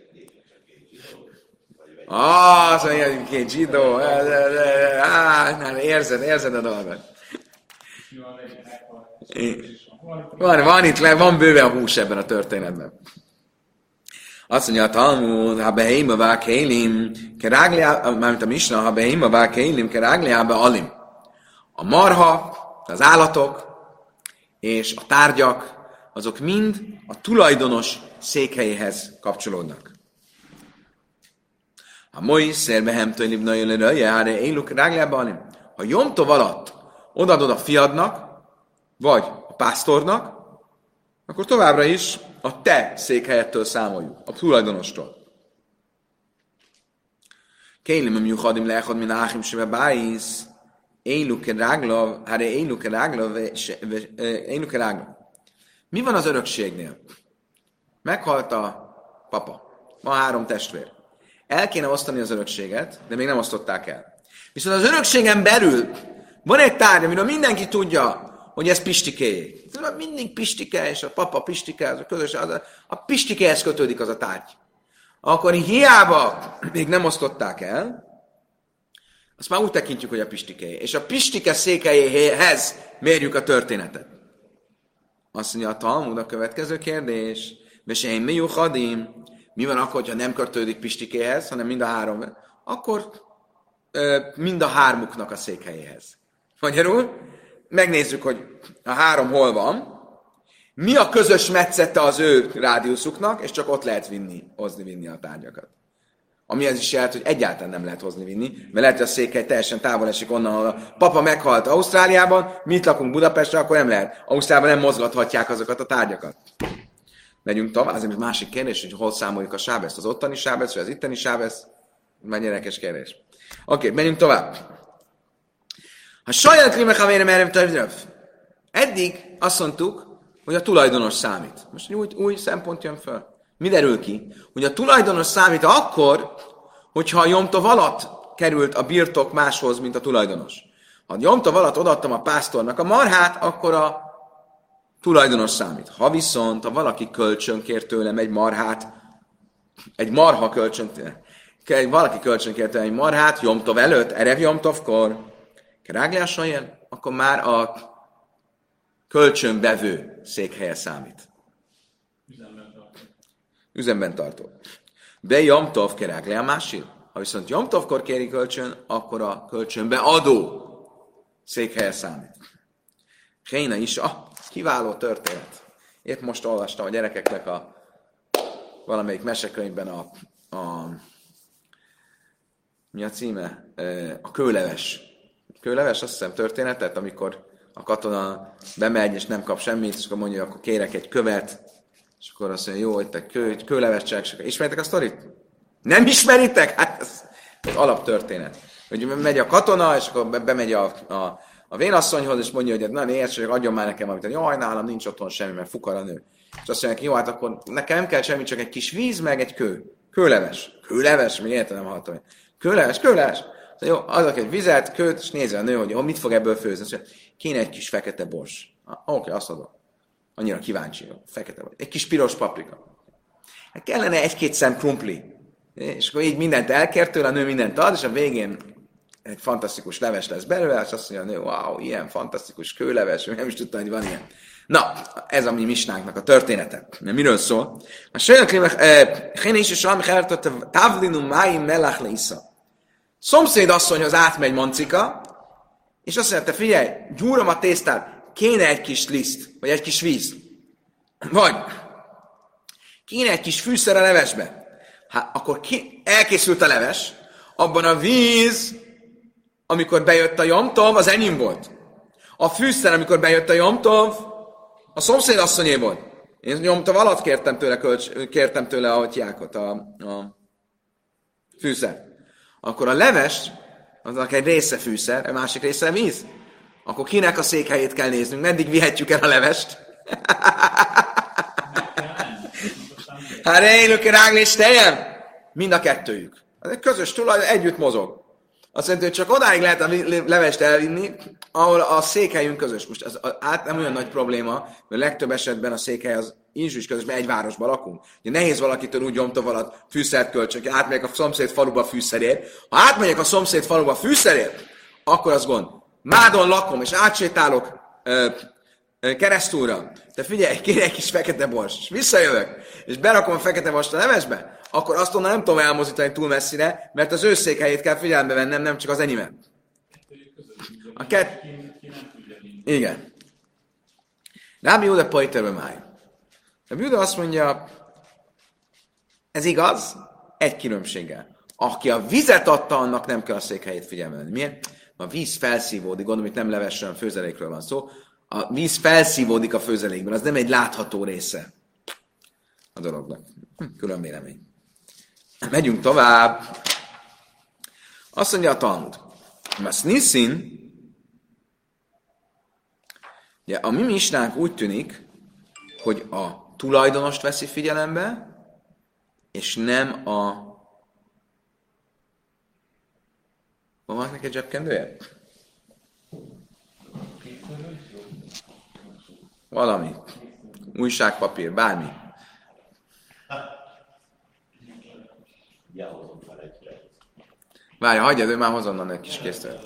Az olyan 2 zsidó. Érzed a dolgot. Van bőve a hús ebben a történetben. Azt mondja a Talmud, ha beheima vákélim, mármint a Misna, ha beheima vákélim, kerágliába alim. A marha, az állatok és a tárgyak, azok mind a tulajdonos székhelyéhez kapcsolódnak. Ha Moiszer behemtől libnai röjjára élük rágljában, ha Jomtov alatt odaadod a fiadnak, vagy a pásztornak, akkor továbbra is a te székhelyettől számoljuk, a tulajdonostól. Kélim, hogy juhadim lehad, min áhim sebe báisz, élük ráglav, háre élük ráglav. Mi van az örökségnél? Meghalt a papa. Van 3 testvér. El kéne osztani az örökséget, de még nem osztották el. Viszont az örökségen belül van egy tárgy, amiről mindenki tudja, hogy ez pistikéjé. Mindig pistike, és a papa pistike, az a közös, a pistikéhez kötődik az a tárgy. akkor hiába még nem osztották el, azt már úgy tekintjük, hogy a pistikéje. És a pistike székelyéhez mérjük a történetet. Azt mondja a Talmud, a következő kérdés. Veseim mi juhadim? Mi van akkor, ha nem kötődik pistikéhez, hanem mind a három? Akkor mind a hármuknak a székhelyéhez. Magyarul megnézzük, hogy a három hol van, mi a közös metszete az ő rádiuszuknak, és csak ott lehet hozni-vinni a tárgyakat. Ami az is jelent, hogy egyáltalán nem lehet hozni-vinni, mert lehet, hogy a székhely teljesen távol esik onnan, ahol a papa meghalt Ausztráliában, mi itt lakunk Budapestre, akkor nem lehet. Ausztráliában nem mozgathatják azokat a tárgyakat. Megyünk tovább, ez egy másik kérdés, hogy hol számoljuk a sábeszt, az ottani sábeszt, vagy az itteni sábeszt. Már gyerekes kérdés. Oké, menjünk tovább. Ha saját klimehavére merem többdröv. Eddig azt mondtuk, hogy a tulajdonos számít. Most egy új szempont jön föl. Mi derül ki? Hogy a tulajdonos számít akkor, hogyha a jomtov alatt került a birtok máshoz, mint a tulajdonos. Ha a jomtov alatt odaadtam a pásztornak a marhát, akkor a tulajdonos számít. Ha viszont, ha valaki kölcsön kér tőlem egy marhát, egy marha kölcsön, valaki kölcsön kér tőlem egy marhát, jomtov előtt, erev jomtovkor, kerágláson jön, akkor már a kölcsönbevő székhelye számít. Üzemben tartó. De Jomtov keráglé a másik. Ha viszont Jomtovkor kéri kölcsön, akkor a kölcsönbe adó székhelye számít. Héna is, kiváló történet. Épp most olvastam a gyerekeknek valamelyik mesekönyvben mi a címe? A kőleves. Kőleves, azt hiszem történetet, amikor a katona bemegy, és nem kap semmit, és akkor mondja, akkor kérek egy követ, és akkor azt mondja, jó, itt a kőleves cselek. Ismeritek a sztorit? Nem ismeritek? Hát ez alaptörténet. Hogy megy a katona, és akkor bemegy a vénasszonyhoz, és mondja, hogy na érts, hogy adjon már nekem valamit. Jaj, nálam nincs otthon semmi, mert fukar a nő. És azt mondja, jó, hát akkor nekem nem kell semmi, csak egy kis víz, meg egy kő. Kőleves. Kőleves? Még életem nem hallottam. Kőleves. Jó, adok egy vizet, kőt, és nézze a nő, hogy mit fog ebből főzni. Azt mondja, kéne egy kis fekete bors. Oké, azt adom. Annyira kíváncsi, fekete vagy. Egy kis piros paprika. Hát kellene egy-két szem krumpli. És akkor így mindent elkért tőle, a nő mindent ad, és a végén egy fantasztikus leves lesz belőle, és azt mondja a nő, wow, ilyen fantasztikus kőleves, nem is tudtam, hogy van ilyen. Na, ez a mi misnánknak a története. Miről szól? A saját Hén is és valami helyettett távlinu máim melach leisza. Szomszéd asszonyhoz átmegy Mancika, és azt mondja, figyelj, gyúrom a tésztát, kéne egy kis liszt, vagy egy kis víz. Vagy kéne egy kis fűszer a levesbe. Hát akkor elkészült a leves, abban a víz, amikor bejött a jomtov, az enyém volt. A fűszer, amikor bejött a jomtov, a szomszéd asszonyé volt. Én jomtov alatt kértem tőle a tyákot, a fűszer. Akkor a leves, aznak egy része fűszer, a másik része víz. Akkor kinek a székhelyét kell néznünk? Meddig vihetjük el a levest? Hát élőke rágni és tejem? Mind a kettőjük. Ez egy közös tulajdon, együtt mozog. Azt jelenti, hogy csak odáig lehet a levest elvinni, ahol a székhelyünk közös. Most ez nem olyan nagy probléma, mert legtöbb esetben a székhely az is közös, mert egy városban lakunk. Ugye nehéz valakitől úgy jomtov alatt fűszert kölcsön, hogy átmegyek a szomszéd faluba fűszerért. Ha átmegyek a szomszéd faluba fűszerért, akkor az gond. Mádon lakom, és átsétálok keresztúra. De figyelj, kérj egy kis fekete bors, és visszajövök, és berakom a fekete borst a levesbe, akkor azt onnan nem tudom elmozdítani túl messzire, mert az ő székhelyét kell figyelembe vennem, nem csak az enyémet. Igen. Rábi Júda pajterbe máj. Rábi Júda azt mondja, ez igaz, egy különbséggel. Aki a vizet adta, annak nem kell a székhelyét figyelembe venni. Miért? A víz felszívódik, gondolom, itt nem levesről, főzelékről van szó. A víz felszívódik a főzelékben, az nem egy látható része a dolognak. Külön vélemény. Megyünk tovább. Azt mondja a Talmud. Mas niszin, ugye, a mi misnánk úgy tűnik, hogy a tulajdonost veszi figyelembe, és nem a... Van neked zsebkendője? Valami. Újságpapír, bármi. Várja, hagyjad, ő már hoz onnan egy kis készítőt.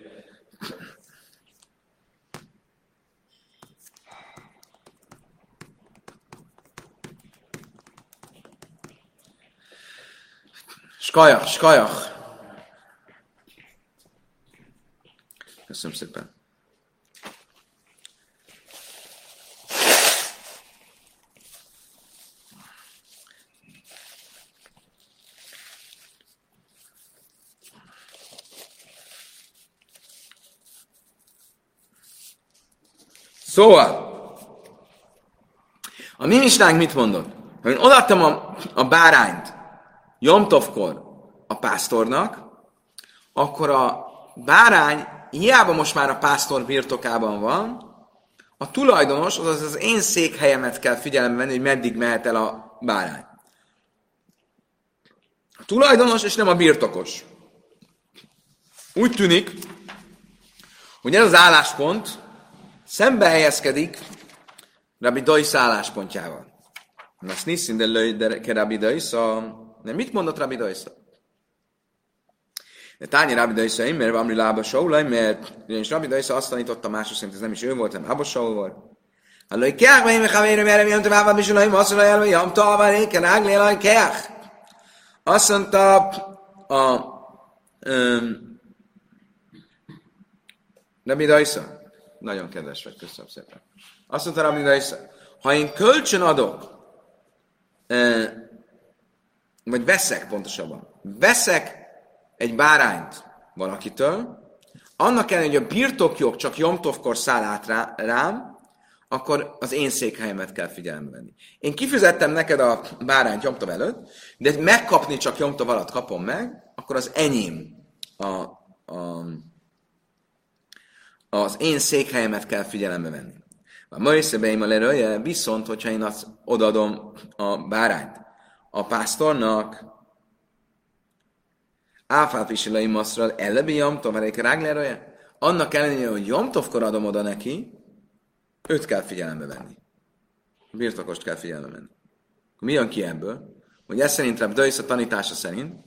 Skajach. Köszönöm szépen. Szóval, a mi misnánk mit mondott? Ha én odaadtam a bárányt Jomtovkor a pásztornak, akkor a bárány hiába most már a pásztor birtokában van, a tulajdonos, azaz az én székhelyemet kell figyelembe venni, hogy meddig mehet el a bárány. A tulajdonos és nem a birtokos. Úgy tűnik, hogy ez az álláspont szembe helyezkedik Rabbi Daisa álláspontjával. Azt niszin, de Rabbi Daisa. De mit mondott Rabbi Daisa? De tányi Rabbi Daisa, mert van Lába Saulaj, mert ugyanis Rabbi Daisa azt tanította, mások szerint ez nem is ő volt, hanem Abba Saul volt. Hallói keach, vagy én havérom, mert jön tovább, bisulaj, masszolaj, elve, jam tovább, réken, áglélaj, keach. Azt mondta Rabbi Daisa, nagyon kedves vagy, köszönöm szépen. Azt mondta Rabbi Daisa, ha én kölcsön adok, vagy veszek egy bárányt valakitől, annak ellenére, hogy a birtokjog csak Jomtovkor száll át rám, akkor az én székhelyemet kell figyelembe venni. Én kifizettem neked a bárányt Jomtov előtt, de megkapni csak Jomtov alatt kapom meg, akkor az enyém. Az én székhelyemet kell figyelembe venni. A Moisebeim a lerője, viszont, hogyha én azt odaadom a bárányt a pásztornak, Áfálfisilaim maszral elebi Jomtov, elég ráglerője, annak ellenére, hogy Jomtovkor adom oda neki, őt kell figyelembe venni. A birtokost kell figyelembe venni. Mi jön ki ebből? Hogy ez szerint Rabbi Daisa tanítása szerint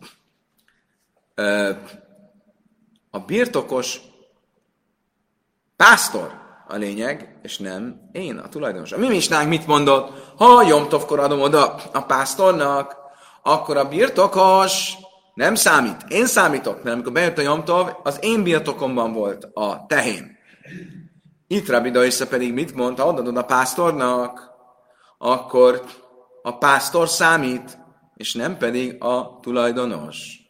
a birtokos pásztor a lényeg, és nem én, a tulajdonos. A mi misnánk mit mondott? Ha Jomtovkor adom oda a pásztornak, akkor a birtokos nem számít. Én számítok, mert amikor bejött a Jomtov, az én birtokomban volt a tehén. Itt Rabbi Daisa pedig mit mond? Ha odadod a pásztornak, akkor a pásztor számít, és nem pedig a tulajdonos.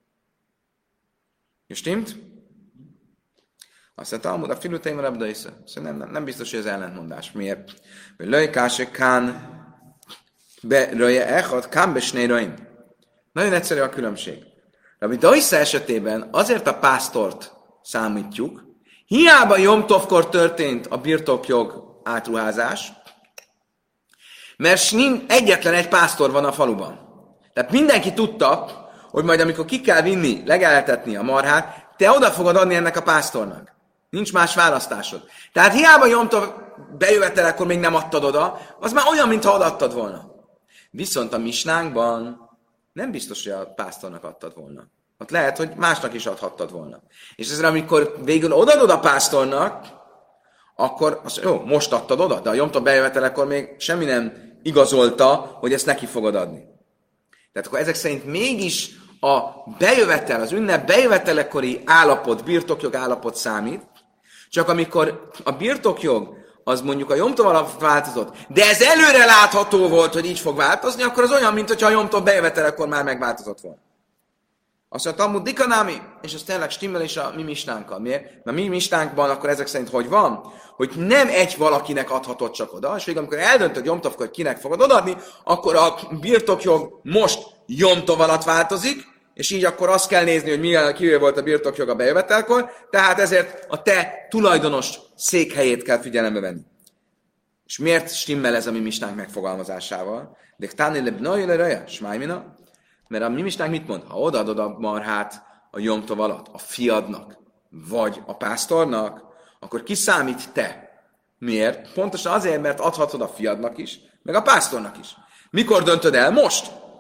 Stimmt? Azt mondta, Talmud, a filuteim Rabbi Daisa. Szóval nem biztos, hogy ez ellentmondás. Miért? Hogy löjkáse kán be röje echad, kán besné röjim. Nagyon egyszerű a különbség. Rabbi Daisa esetében azért a pásztort számítjuk, hiába Jomtovkor történt a birtokjog átruházás, mert egyetlen egy pásztor van a faluban. Tehát mindenki tudta, hogy majd amikor ki kell vinni, legeltetni a marhát, te oda fogod adni ennek a pásztornak. Nincs más választásod. Tehát hiába Jomtov bejövetelekor még nem adtad oda, az már olyan, mintha odaadtad volna. Viszont a misnánkban nem biztos, hogy a pásztornak adtad volna. Ott lehet, hogy másnak is adhattad volna. És ezért, amikor végül odaadod a pásztornak, akkor azt jó, most adtad oda, de a Jomtov bejövetelekor még semmi nem igazolta, hogy ezt neki fogod adni. Tehát akkor ezek szerint mégis a bejövetel, az ünnep bejövetelekori állapot, birtokjog állapot számít, csak amikor a birtokjog az mondjuk a Jomtov alatt változott, de ez előre látható volt, hogy így fog változni, akkor az olyan, mintha a Jomtov bejövetelekor már megváltozott volna. Azt mondja, Talmud dikanámi, és az tényleg stimmel is a mi misnánkkal. Miért? Mert mi misnánkban akkor ezek szerint hogy van? Hogy nem egy valakinek adhatod csak oda, és végül amikor eldöntöd Jomtovkor, hogy kinek fogod odaadni, akkor a birtokjog most Jomtov alatt változik, és így akkor azt kell nézni, hogy kivé volt a birtokjog a bejövetelkor, tehát ezért a te tulajdonos székhelyét kell figyelembe venni. És miért stimmel ez a mi misnánk megfogalmazásával? De táni lebnai le smájmina. Mert a mi misnánk mit mond? Ha odaadod a marhát a Jomtov alatt a fiadnak, vagy a pásztornak, akkor ki számít te? Miért? Pontosan azért, mert adhatod a fiadnak is, meg a pásztornak is. Mikor döntöd el? Most!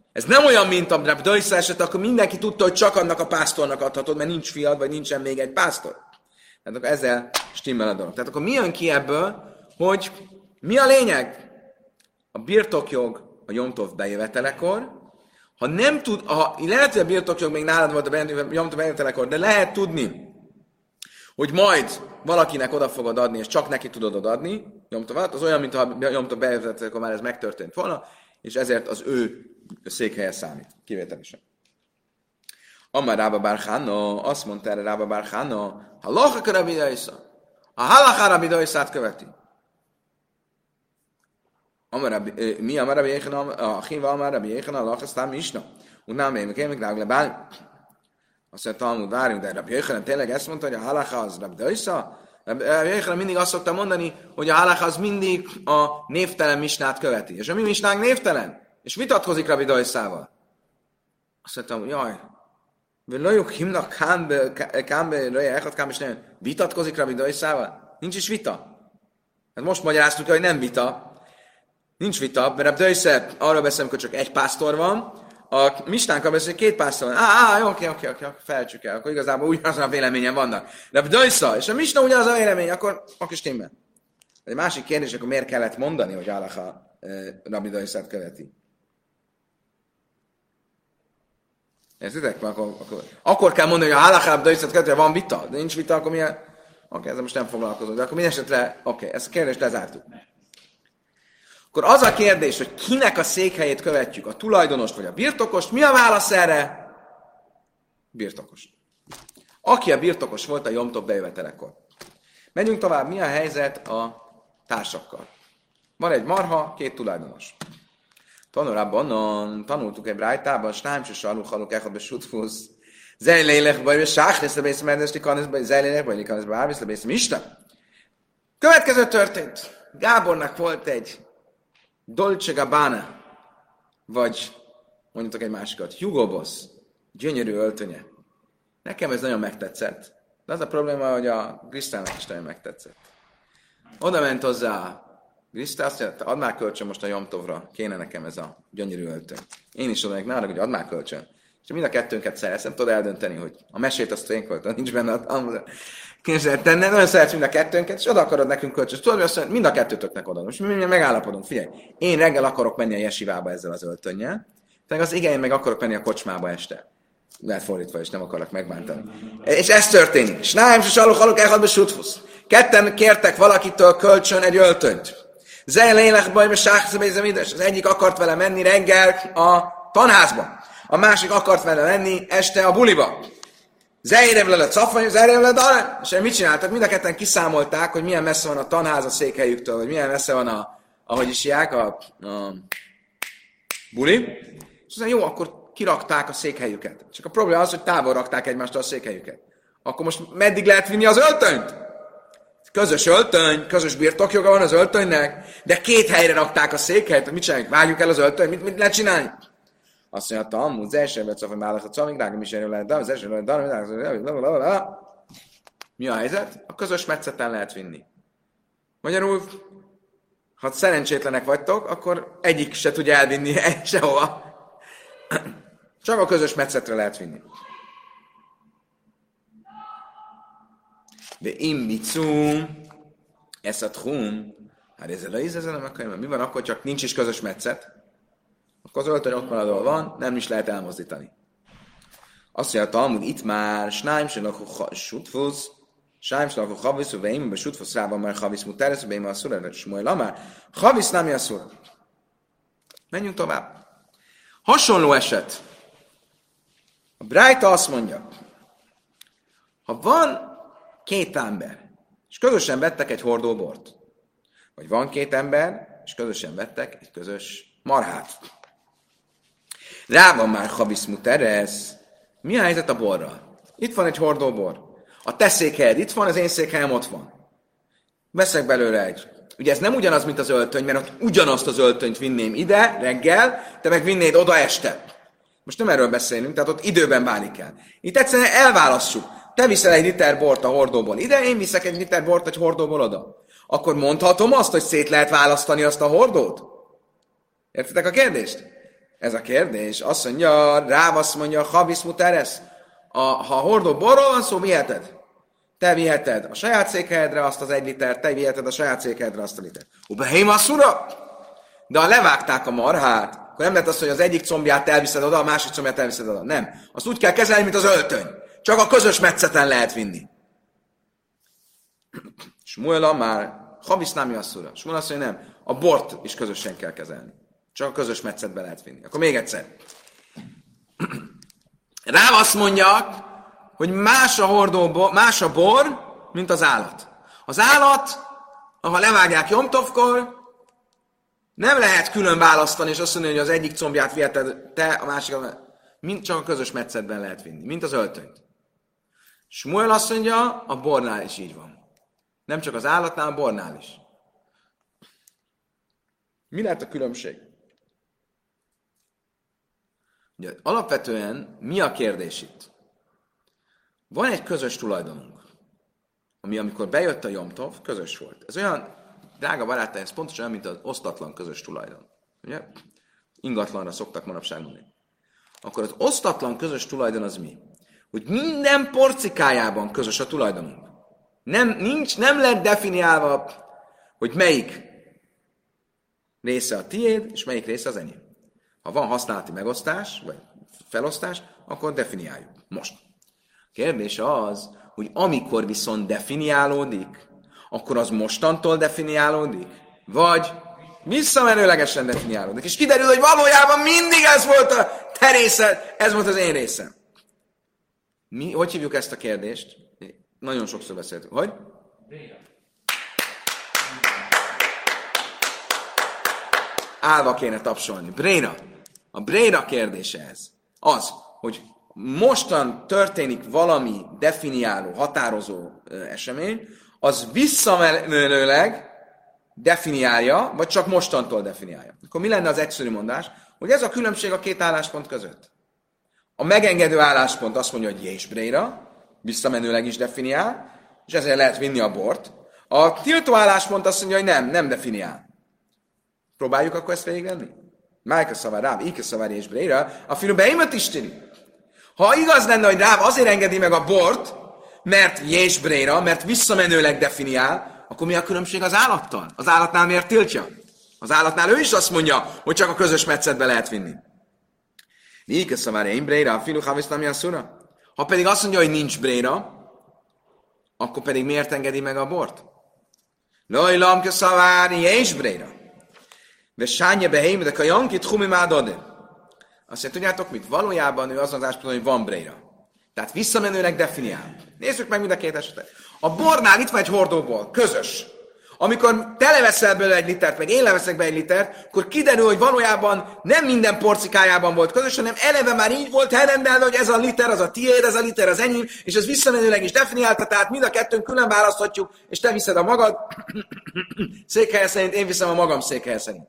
Ez nem olyan, mint a Rabbi Doisa eset, akkor mindenki tudta, hogy csak annak a pásztornak adhatod, mert nincs fiad, vagy nincsen még egy pásztor. Tehát akkor ezzel stimmel a dolog. Tehát akkor mi jön ki ebből, hogy mi a lényeg? A birtokjog a Jom Tov bejövetelekor, ha nem tud, lehet, hogy a birtokjog még nálad volt a Jom Tov bejövetelekor, de lehet tudni, hogy majd valakinek oda fogod adni, és csak neki tudod odaadni, Jom Tovat, az olyan, mintha a Jom Tov bejövetelekor már ez megtörtént volna, és ezért az ő székhelye számít, kivételesen. Amar Rába bar Chana, azt mondta erre Rába bar Chana, halacha Rabbi Doisa, a halacha Rabbi Doisát követi. Mi Amar Rabbi Yechana, a Chiva Amar Rabbi Yechana, halacha sztám misna. Unnám én meg rágla bálni. Azt mondta, Talmud, várjunk, de Rabbi Yechana tényleg ezt mondta, hogy a halacha az Rabbi Doisa? Rabbi Yechana mindig azt szokta mondani, hogy a halacha az mindig a névtelen misnát követi. És a mi misnánk névtelen. És vitatkozik Rabbi Doisával. Azt mondtam, jaj, Velajuk himnak kánbe, vitatkozik Rabbi Doisával? Nincs is vita. Hát most magyaráztuk, hogy nem vita. Nincs vita, mert Rabbi Doisa arról beszélünk, hogy csak egy pásztor van, a misnánkkal beszélünk, két pásztor van. Oké, felejtsük el, akkor igazából ugyanazon a véleményen vannak. Rabbi Doisa, és a misna ugyanaz a vélemény, akkor stimmel. Egy másik kérdés, akkor miért kellett mondani, hogy halacha Rabbi Doisát követi? Értitek? Akkor kell mondani, hogy a halacha Rabbi Doisát követi, van vita. De nincs vita, akkor milyen... Oké, ezzel most nem foglalkozunk, de akkor minden esetre, ezt a kérdést lezártuk. Akkor az a kérdés, hogy kinek a székhelyét követjük, a tulajdonost vagy a birtokost, mi a válasz erre? Birtokos. Aki a birtokos volt a Jom Tov bejövetelekor. Menjünk tovább, mi a helyzet a társakkal? Van egy marha, két tulajdonos. Tanultuk egy brájtában, Snáim se saluk echad be sutfusz, zejlélek baj, sáchnész lebész merdesli kaneszbe, zejlélek baj, kaneszbe árvisz lebész mista. Következő történt. Gábornak volt egy Dolce Gabbana, vagy mondjatok egy másikat, Hugo Boss, gyönyörű öltönye. Nekem ez nagyon megtetszett. De az a probléma, hogy a Krisztának is nagyon megtetszett. Oda ment hozzá Krisztá, azt mondta, add már kölcsön most a Jom Tovra, kéne nekem ez a gyönyörű öltöny. Én is oda mennék nála, hogy add már kölcsön. És mind a kettőnket szeretsz, nem tudod eldönteni, hogy a mesét azt én költöm, nincs benne a Talmud. Képzeld, te nagyon szeretsz mind a kettőnket, és oda akarod nekünk kölcsön. Tudod, azt mondja, mind a kettőtöknek oda. Most mi megállapodunk, figyelj. Én reggel akarok menni a jesivába ezzel az öltönnyel, tehát az igen, én meg akarok menni a kocsmába este. Lehet fordítva, és nem akarok megbántani. És ez történik. Snáim se saluk echad be sutfusz. Ketten kértek valakitől kölcsön egy öltönyt. Zejlélek baj, az egyik akart vele menni reggel a tanházba. A másik akart vele menni este a buliba. Zejrev le cafany, zejrev le darán. És mit csináltak? Mind a ketten kiszámolták, hogy milyen messze van a tanház a székhelyüktől, vagy milyen messze van ahogy is hívják, a buli. És aztán jó, akkor kirakták a székhelyüket. Csak a probléma az, hogy távol rakták egymástól a székhelyüket. Akkor most meddig lehet vinni az öltönyt? Közös öltöny, közös birtokjoga van az öltönynek, de két helyre rakták a székhelyet. Mit csináljuk? Vágjuk el az öltönyt? Mit lehet csinálni? Azt mondja, a Talmud, az első vett szofai mállat a camig, rágom is erről lehet, de az első lehet, mi a helyzet? A közös metszeten lehet vinni. Magyarul, ha szerencsétlenek vagytok, akkor egyik se tudja elvinni sehova. Csak a közös metszetre lehet vinni. De imbicu, ez a tchum, hát ezzel nem akarom, mi van akkor, csak nincs is közös metszet? Akkor az öltöny ott van, ahol van, nem is lehet elmozdítani. Azt mondja, a Talmud itt már, snáim se lakó sutfusz, sáim se lakó chavisz, veim, be sutfusz rában már chavisz muteres, veim a szura, smuel amár, chavisz nem a szura. Menjünk tovább. Hasonló eset. A Brájta azt mondja, ha van két ember, és közösen vettek egy hordó bort, vagy van két ember, és közösen vettek egy közös marhát. Rá van már chavisz muteres. Mi a helyzet a borral? Itt van egy hordó bor. A te székhelyed itt van, az én székhelyem ott van. Veszek belőle egy. Ugye ez nem ugyanaz, mint az öltöny, mert ott ugyanazt az öltönyt vinném ide reggel, te meg vinnéd oda este. Most nem erről beszélünk, tehát ott időben válik el. Itt egyszerűen elválasszuk. Te viszel egy liter bort a hordóból ide, én viszek egy liter bort egy hordóból oda. Akkor mondhatom azt, hogy szét lehet választani azt a hordót? Értitek a kérdést? Ez a kérdés. Azt mondja, Ráv azt mondja, Havisz muteres, ha a hordó borról van szó, viheted. Te viheted a saját székhelyedre azt az 1 litert, te viheted a saját székhelyedre azt a litert. Ubeheim asszura! De ha levágták a marhát, akkor nem lehet az, hogy az egyik combját elviszed oda, a másik combját elviszed oda. Nem. Azt úgy kell kezelni, mint az öltöny. Csak a közös metszeten lehet vinni. Smuel már, Havisz námi asszura. Smuel azt mondja, nem. A bort is közösen kell kezelni. Csak a közös metszetbe lehet vinni. Akkor még egyszer. Ráv azt mondja, hogy más a bor, mint az állat. Az állat, ha levágják Jomtovkor, nem lehet külön választani, és azt mondani, hogy az egyik combját viheted te, a másikat, csak a közös metszetben lehet vinni, mint az öltönyt. Smuel azt mondja, a bornál is így van. Nem csak az állatnál, a bornál is. Mi lehet a különbség? Ugye, alapvetően mi a kérdés itt? Van egy közös tulajdonunk, ami amikor bejött a Jomtov, közös volt. Ez olyan, drága barátaim, ez pontosan olyan, mint az osztatlan közös tulajdon. Ugye? Ingatlanra szoktak manapság mondani. Akkor az osztatlan közös tulajdon az mi? Hogy minden porcikájában közös a tulajdonunk. Nem lett definiálva, hogy melyik része a tiéd, és melyik része az enyém. Ha van használati megosztás, vagy felosztás, akkor definiáljuk. Most. A kérdés az, hogy amikor viszont definiálódik, akkor az mostantól definiálódik, vagy visszamenőlegesen definiálódik. És kiderül, hogy valójában mindig ez volt a te részed, ez volt az én részem. Hogy hívjuk ezt a kérdést? Nagyon sokszor beszéltünk. Hogy? Állva kéne tapsolni. Bréna. A bréna kérdése ez. Az, hogy mostan történik valami definiáló, határozó esemény, az visszamenőleg definiálja, vagy csak mostantól definiálja. Akkor mi lenne az egyszerű mondás? Hogy ez a különbség a két álláspont között. A megengedő álláspont azt mondja, hogy jés bréra, visszamenőleg is definiál, és ezért lehet vinni a bort. A tiltó álláspont azt mondja, hogy nem definiál. Próbáljuk akkor ezt végigvenni? Májka szavár Ráv, Ike szavár és Bréra, a filubeimet is tini. Ha igaz lenne, hogy Ráv azért engedi meg a bort, mert jés Bréra, mert visszamenőleg definiál, akkor mi a különbség az állattal? Az állatnál miért tiltja? Az állatnál ő is azt mondja, hogy csak a közös metszetbe lehet vinni. Ike szavár én Bréra, a filu havisz námi asszura. Ha pedig azt mondja, hogy nincs Bréra, akkor pedig miért engedi meg a bort? Lojlam ke szavár jés Bréra. De sánye beheim, de kajankit humi mádode. Azt mondja, tudjátok mit? Valójában ő azon az állásponton, hogy van bréra. Tehát visszamenőleg definiál. Nézzük meg mind a két esetet. A bornál itt van egy hordóból, közös. Amikor te leveszel belőle 1 litert, meg én leveszek be 1 litert, akkor kiderül, hogy valójában nem minden porcikájában volt közös, hanem eleve már így volt elrendelve, hogy ez a liter, az a tiéd, ez a liter az enyém, és ez visszamenőleg is definiálta, tehát mind a kettőn külön választhatjuk, és te viszed a magad székhelye szerint, én viszem a magam székhelye szerint.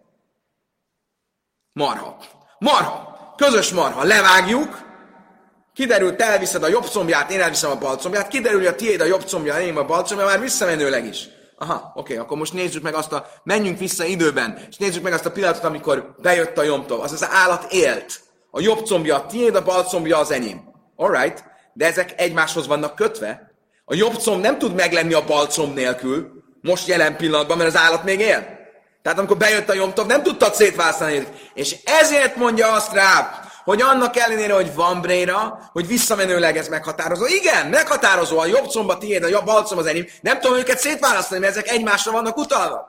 Marha. Közös marha. Levágjuk. Kiderül, te elviszed a jobb combját, én elviszem a bal combját. Kiderül, hogy a tiéd a jobb combja, én a bal combja, már visszamenőleg is. Aha, oké, akkor most nézzük meg menjünk vissza időben, és nézzük meg azt a pillanatot, amikor bejött a Jomtov. Az állat élt. A jobb combja a tiéd, a bal combja az enyém. Alright, de ezek egymáshoz vannak kötve. A jobb comb nem tud meglenni a bal comb nélkül, most jelen pillanatban, mert az állat még él. Tehát amikor bejött a Jomtov, nem tudtad szétválasztani. És ezért mondja azt rá, hogy annak ellenére, hogy van bréra, hogy visszamenőleg ez meghatározó. Igen, meghatározó, a jobb comb a tiéd, a jobb bal comb az enyém. Nem tudom őket szétválasztani, mert ezek egymásra vannak utalva.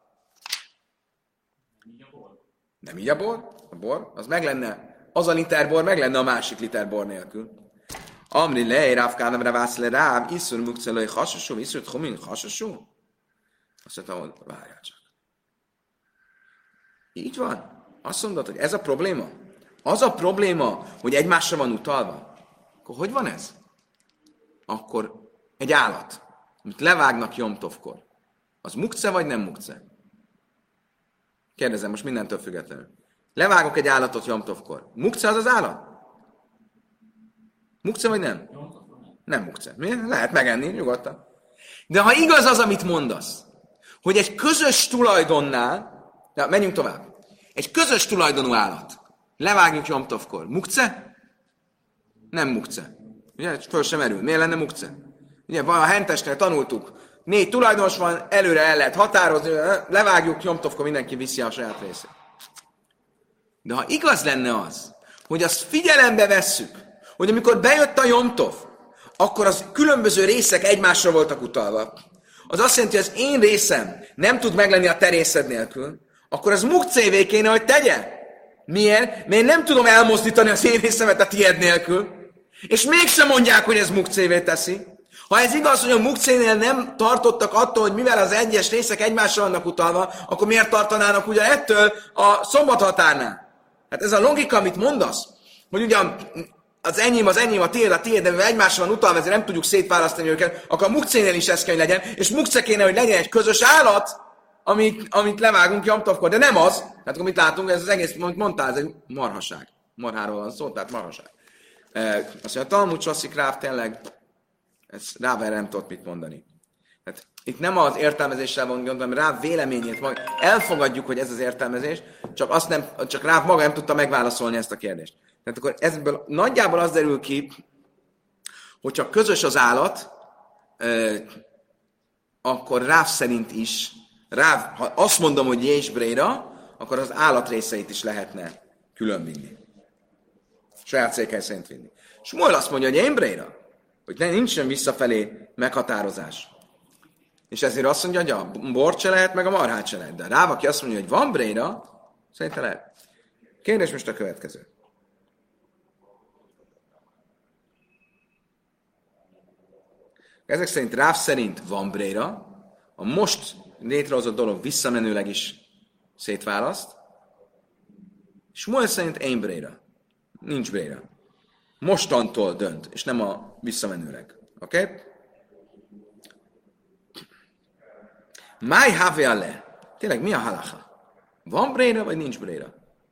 Nem így a bor? A bor, az meg lenne, az a liter bor meg lenne a másik liter bor nélkül. Amri lej, rávkánam rávászle ráv, iszur mukcelői hasasú, iszur tchumin hasasú. Azt mondtam, hogy várjál csak. Így van. Azt mondod, hogy ez a probléma. Az a probléma, hogy egymásra van utalva. Akkor hogy van ez? Akkor egy állat, amit levágnak Jomtovkor, az mukce vagy nem mukce? Kérdezem most mindentől függetlenül. Levágok egy állatot Jomtovkor. Mukce az az állat? Mukce vagy nem? Nem mukce. Mi? Lehet megenni, nyugodtan. De ha igaz az, amit mondasz, hogy egy közös tulajdonnál, menjünk tovább. Egy közös tulajdonú állat. levágjuk Jomtovkor. Mukce? Nem mukce. Ugye, föl sem erül. Miért lenne mukce? Ugye, a hentesnél tanultuk, 4 tulajdonos van, előre el lehet határozni, levágjuk, Jomtovkor mindenki viszi a saját részét. De ha igaz lenne az, hogy azt figyelembe vesszük, hogy amikor bejött a Jomtov, akkor az különböző részek egymásra voltak utalva. Az azt jelenti, hogy az én részem nem tud meglenni a te részed nélkül, akkor az mukcévé kéne, hogy tegye. Miért? Mert én nem tudom elmozdítani az én részemet a tiéd nélkül, és mégsem mondják, hogy ez mukcévé teszi. Ha ez igaz, hogy a mukcénél nem tartottak attól, hogy mivel az egyes részek egymásra vannak utalva, akkor miért tartanának ugye ettől a szombathatárnál? Hát ez a logika, amit mondasz, hogy ugyan az enyém, a tiéd, de mivel egymásra van utalva, ezért nem tudjuk szétválasztani őket, akkor a mukcénél is ez kell, hogy legyen, és mukce kéne, hogy legyen egy közös állat, amit levágunk Jomtovkor, de nem az. Tehát akkor mit látunk, ez az egész, amit mondtál, ez egy marhaság. Marháról van szó, tehát marhaság. Azt mondja, a Talmud Sosszik Ráv tényleg, Ráv erre nem tudott mit mondani. Tehát itt nem az értelmezéssel van gondolom, Ráv véleményét maga. Elfogadjuk, hogy ez az értelmezés, csak Ráv maga nem tudta megválaszolni ezt a kérdést. Tehát akkor ebből nagyjából az derül ki, hogy csak közös az állat, akkor Ráv szerint is, ha azt mondom, hogy Jésbréra, akkor az állat részeit is lehetne különvinni. Saját székely szerint vinni. Smuel azt mondja, hogy Jésbréra, hogy nincsen visszafelé meghatározás. És ezért azt mondja, hogy a bort se lehet, meg a marhát se lehet. De Ráv, aki azt mondja, hogy van bréra, szerintem lehet. Kérdés most a következő. Ezek szerint Ráv szerint van bréra, a most létrehozott dolog visszamenőleg is szétválaszt, és Smuel szerint én bréra. Nincs bréra. Mostantól dönt, és nem a visszamenőleg. Oké? Okay? Máj havea le. Tényleg mi a halacha? Van bréra, vagy nincs bréra?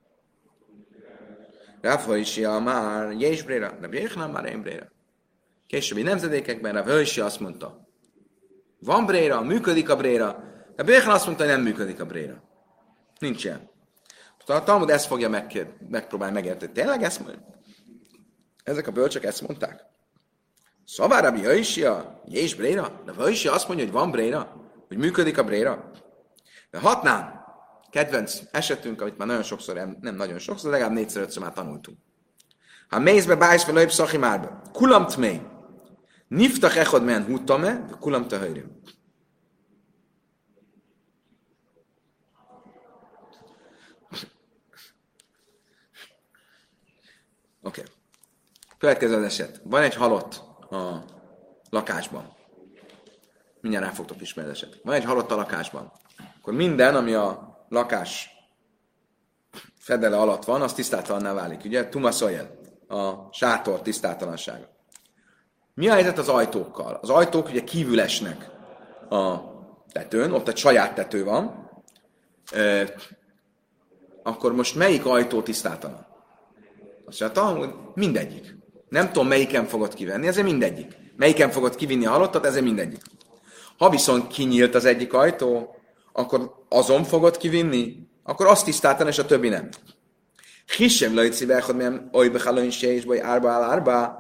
Rav Hoshia már jés bréra, Rav Jéchnán már én bréra. Későbbi nemzedékekben Rav Hoshia azt mondta, van bréra, működik a bréra, Rav Jéchnán azt mondta, hogy nem működik a bréra. Nincs ilyen. A Talmud ezt fogja megpróbálni megérteni. Tényleg ezt mondja? Ezek a bölcsök ezt mondták. Szóval Rav Hoshia, jés bréra? Rav Hoshia azt mondja, hogy van bréra, hogy működik a bréra. De hatnán, kedvenc esetünk, amit már nagyon sokszor, nem nagyon sokszor, legalább 4-5-ször már tanultunk. Ha mézbe bájsz fel löjb szachi márba, kulam tmei, niftach echod men húttame, kulam tahajrim. Oké. Következő az eset. Van egy halott a lakásban. Mindjárt rá fogtok ismerni az eset. Van egy halott a lakásban. Akkor minden, ami a lakás fedele alatt van, az tisztátalanná válik. Ugye? Tumaszoyel, a sátor tisztátalansága. Mi a helyzet az ajtókkal? Az ajtók ugye kívül esnek a tetőn, ott egy saját tető van. Akkor most melyik ajtó tisztátalan? Azt mondja, mindegyik. Nem tudom, melyiken fogod kivenni, ezért mindegyik. Melyiken fogod kivinni a halottat, ezért mindegyik. Ha viszont kinyílt az egyik ajtó, akkor azon fogod kivinni, akkor azt tisztáltan, és a többi nem. Hissem lajci bechod, mert oly bechalon se is baj árba áll árba,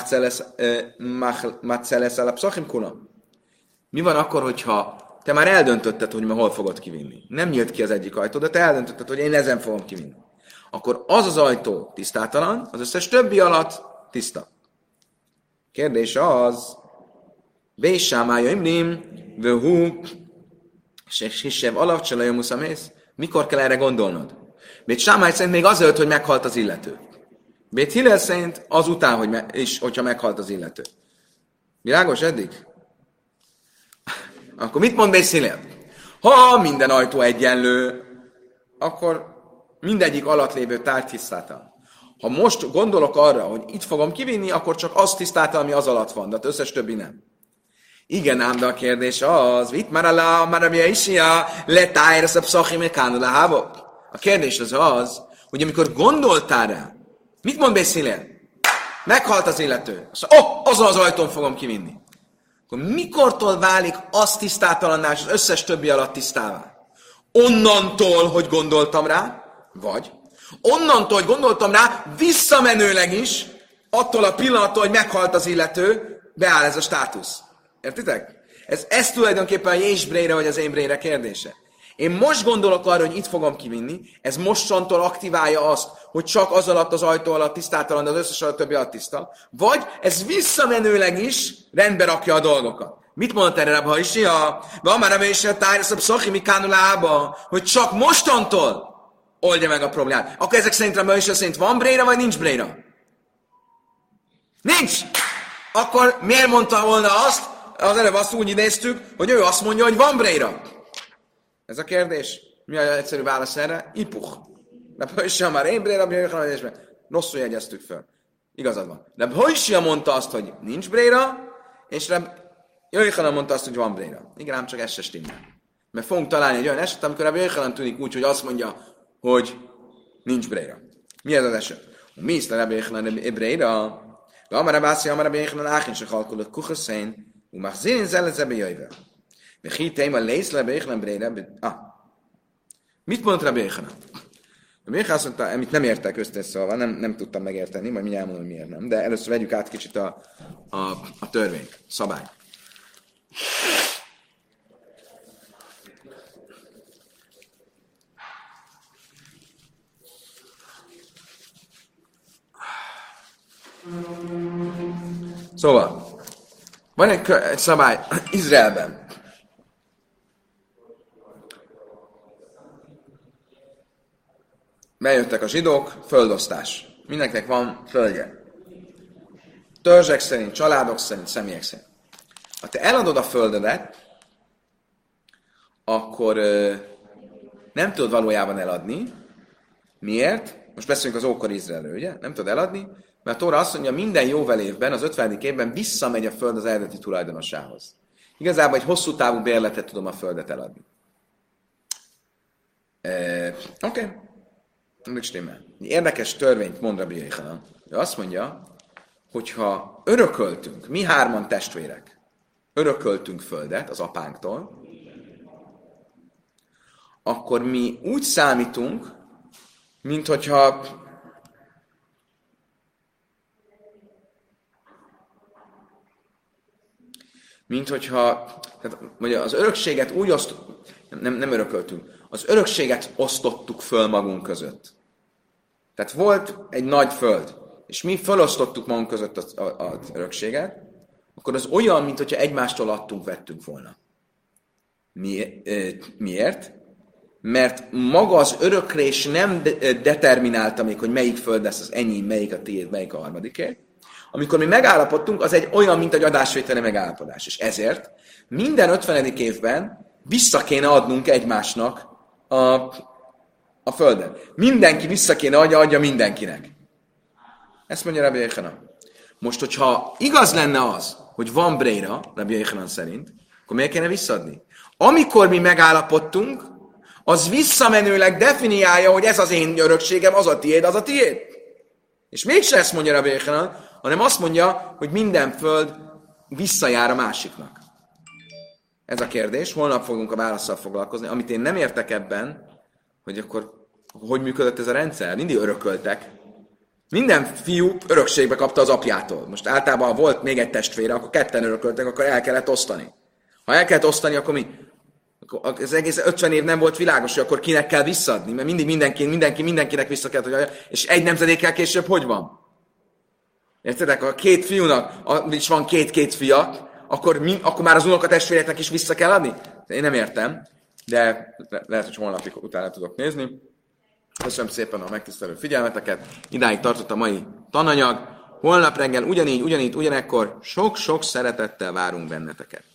maccelesz el a pszachim kulam. Mi van akkor, hogyha te már eldöntötted, hogy hol fogod kivinni? Nem nyílt ki az egyik ajtó, de te eldöntötted, hogy én ezen fogom kivinni. Akkor az ajtó tisztátalan, az összes többi alatt tiszta. Kérdés az, Bésámája imrim, vöhú, és hissev alapcsalaja muszamész. Mikor kell erre gondolnod? Bét Sámály szerint még azelőtt, hogy meghalt az illető. Bét Hillel szerint azután, hogyha meghalt az illető. Világos eddig? Akkor mit mond Bét Hillel? Ha minden ajtó egyenlő, akkor mindegyik alatt lévő tárgy tisztátalan. Ha most gondolok arra, hogy itt fogom kivinni, akkor csak azt tisztátalan, ami az alatt van, de az összes többi nem. Igen, ám, de a kérdés az, vit már alá, már a isia, letájra szebb szachim, kánul a A kérdés az, hogy amikor gondoltál rá, mit mond beszélél? Meghalt az illető. Azt mondja, azon az ajtón fogom kivinni. Akkor mikortól válik az tisztátalanná, és az összes többi alatt tisztává? Onnantól, hogy gondoltam rá, vagy Onnantól, hogy gondoltam rá, visszamenőleg is, attól a pillanattól, hogy meghalt az illető, beáll ez a státusz. Értitek? Ez tulajdonképpen a jésbrére vagy az énbrére kérdése. Én most gondolok arra, hogy itt fogom kivinni, ez mostantól aktiválja azt, hogy csak az alatt az ajtó alatt tisztátalan, de az összes alatt többi alatt tiszta, vagy ez visszamenőleg is rendbe rakja a dolgokat. Mit mondott erre Rabbi Hajsi? Van már Rabbi Hajsi a tájraszab szochi mikánulába, hogy csak mostantól oldja meg a problémát. Akkor ezek szerint Rabbi Hajsi szerint van bréra, vagy nincs bréra? Nincs! Akkor miért mondta volna azt, az előbb azt úgy idéztük, hogy ő azt mondja, hogy van bréra? Ez a kérdés. Mi az egyszerű válasz erre? Ipuch. Rabbi Hajsi már én bréra, Rabbi Hajsi rosszul jegyeztük föl. Igazad van. Rabbi Hajsi mondta azt, hogy nincs bréra, és Rabbi Hajsi mondta azt, hogy van bréra. Igen, ám csak ez se stimmel. Mert fogunk találni egy olyan eset, amikor Rabbi Hajsi tűnik úgy, hogy azt mondja, hogy nincs bréra. Mi ez az eset? Mi is Rabbi Hajsi bréra? Amar Rabbi Amar Rabbi Hajsi Áchin se halkulott kuchaszén, ומחזין זה לזה ביויבר. וכי תימה לייס רבי יוחנן ברירה... Mit mondott Rabbi Yochanan? Rabbi Yochanan azt mondta, amit nem értek összeszólva, nem tudtam megérteni, majd mindjárt elmondom, miért nem, de először vegyük át kicsit a törvényt, szabályt. Szóval, van egy szabály Izraelben. Bejöttek a zsidók, földosztás. Mindenkinek van földje. Törzsek szerint, családok szerint, személyek szerint. Ha te eladod a földedet, akkor nem tudod valójában eladni. Miért? Most beszélünk az ókori Izraelről, ugye? Nem tudod eladni, mert a Tóra azt mondja, minden jóvelévben, az 50. évben visszamegy a föld az eredeti tulajdonosához. Igazából egy hosszú távú bérletet tudom a földet eladni. Oké. Nem stimmel. Érdekes törvényt mond Rabbi Yochanan. Ő azt mondja, hogyha örököltünk, mi hárman testvérek, örököltünk földet az apánktól, akkor mi úgy számítunk, mint hogyha tehát, mondja, az örökséget úgy osztottuk, nem örököltünk, az örökséget osztottuk föl magunk között. Tehát volt egy nagy föld, és mi felosztottuk magunk között az örökséget, akkor az olyan, mint hogyha egymástól adtunk, vettünk volna. Miért? Mert maga az öröklés nem determinálta még, hogy melyik föld lesz az enyém, melyik a tiéd, melyik a harmadiké. Amikor mi megállapodtunk, az egy olyan, mint egy adásvételi megállapodás. És ezért minden 50. évben vissza kéne adnunk egymásnak a földet. Mindenki vissza kéne adja mindenkinek. Ezt mondja Rabbi Yochanan. Most, hogyha igaz lenne az, hogy van bréra, Rabbi Yochanan szerint, akkor miért kéne visszaadni? Amikor mi megállapodtunk, az visszamenőleg definiálja, hogy ez az én örökségem, az a tiéd, az a tiéd. És mégse ezt mondja Rabbi Yochanan, hanem azt mondja, hogy minden föld visszajár a másiknak. Ez a kérdés. Holnap fogunk a válasszal foglalkozni. Amit én nem értek ebben, hogy akkor hogy működött ez a rendszer. Mindig örököltek. Minden fiú örökségbe kapta az apjától. Most általában, ha volt még egy testvére, akkor ketten örököltek, akkor el kellett osztani. Ha el kellett osztani, akkor mi? Az egész 50 év nem volt világos, hogy akkor kinek kell visszaadni, mert mindig mindenkinek vissza kell, hogy és egy nemzedékkel később hogy van? Értedek? A két fiúnak is van két fia, akkor már az unokatestvéreknek is vissza kell adni? Én nem értem, de lehet, hogy holnapig utána tudok nézni. Köszönöm szépen a megtisztelő figyelmeteket. Idáig tartott a mai tananyag. Holnap reggel ugyanekkor sok-sok szeretettel várunk benneteket.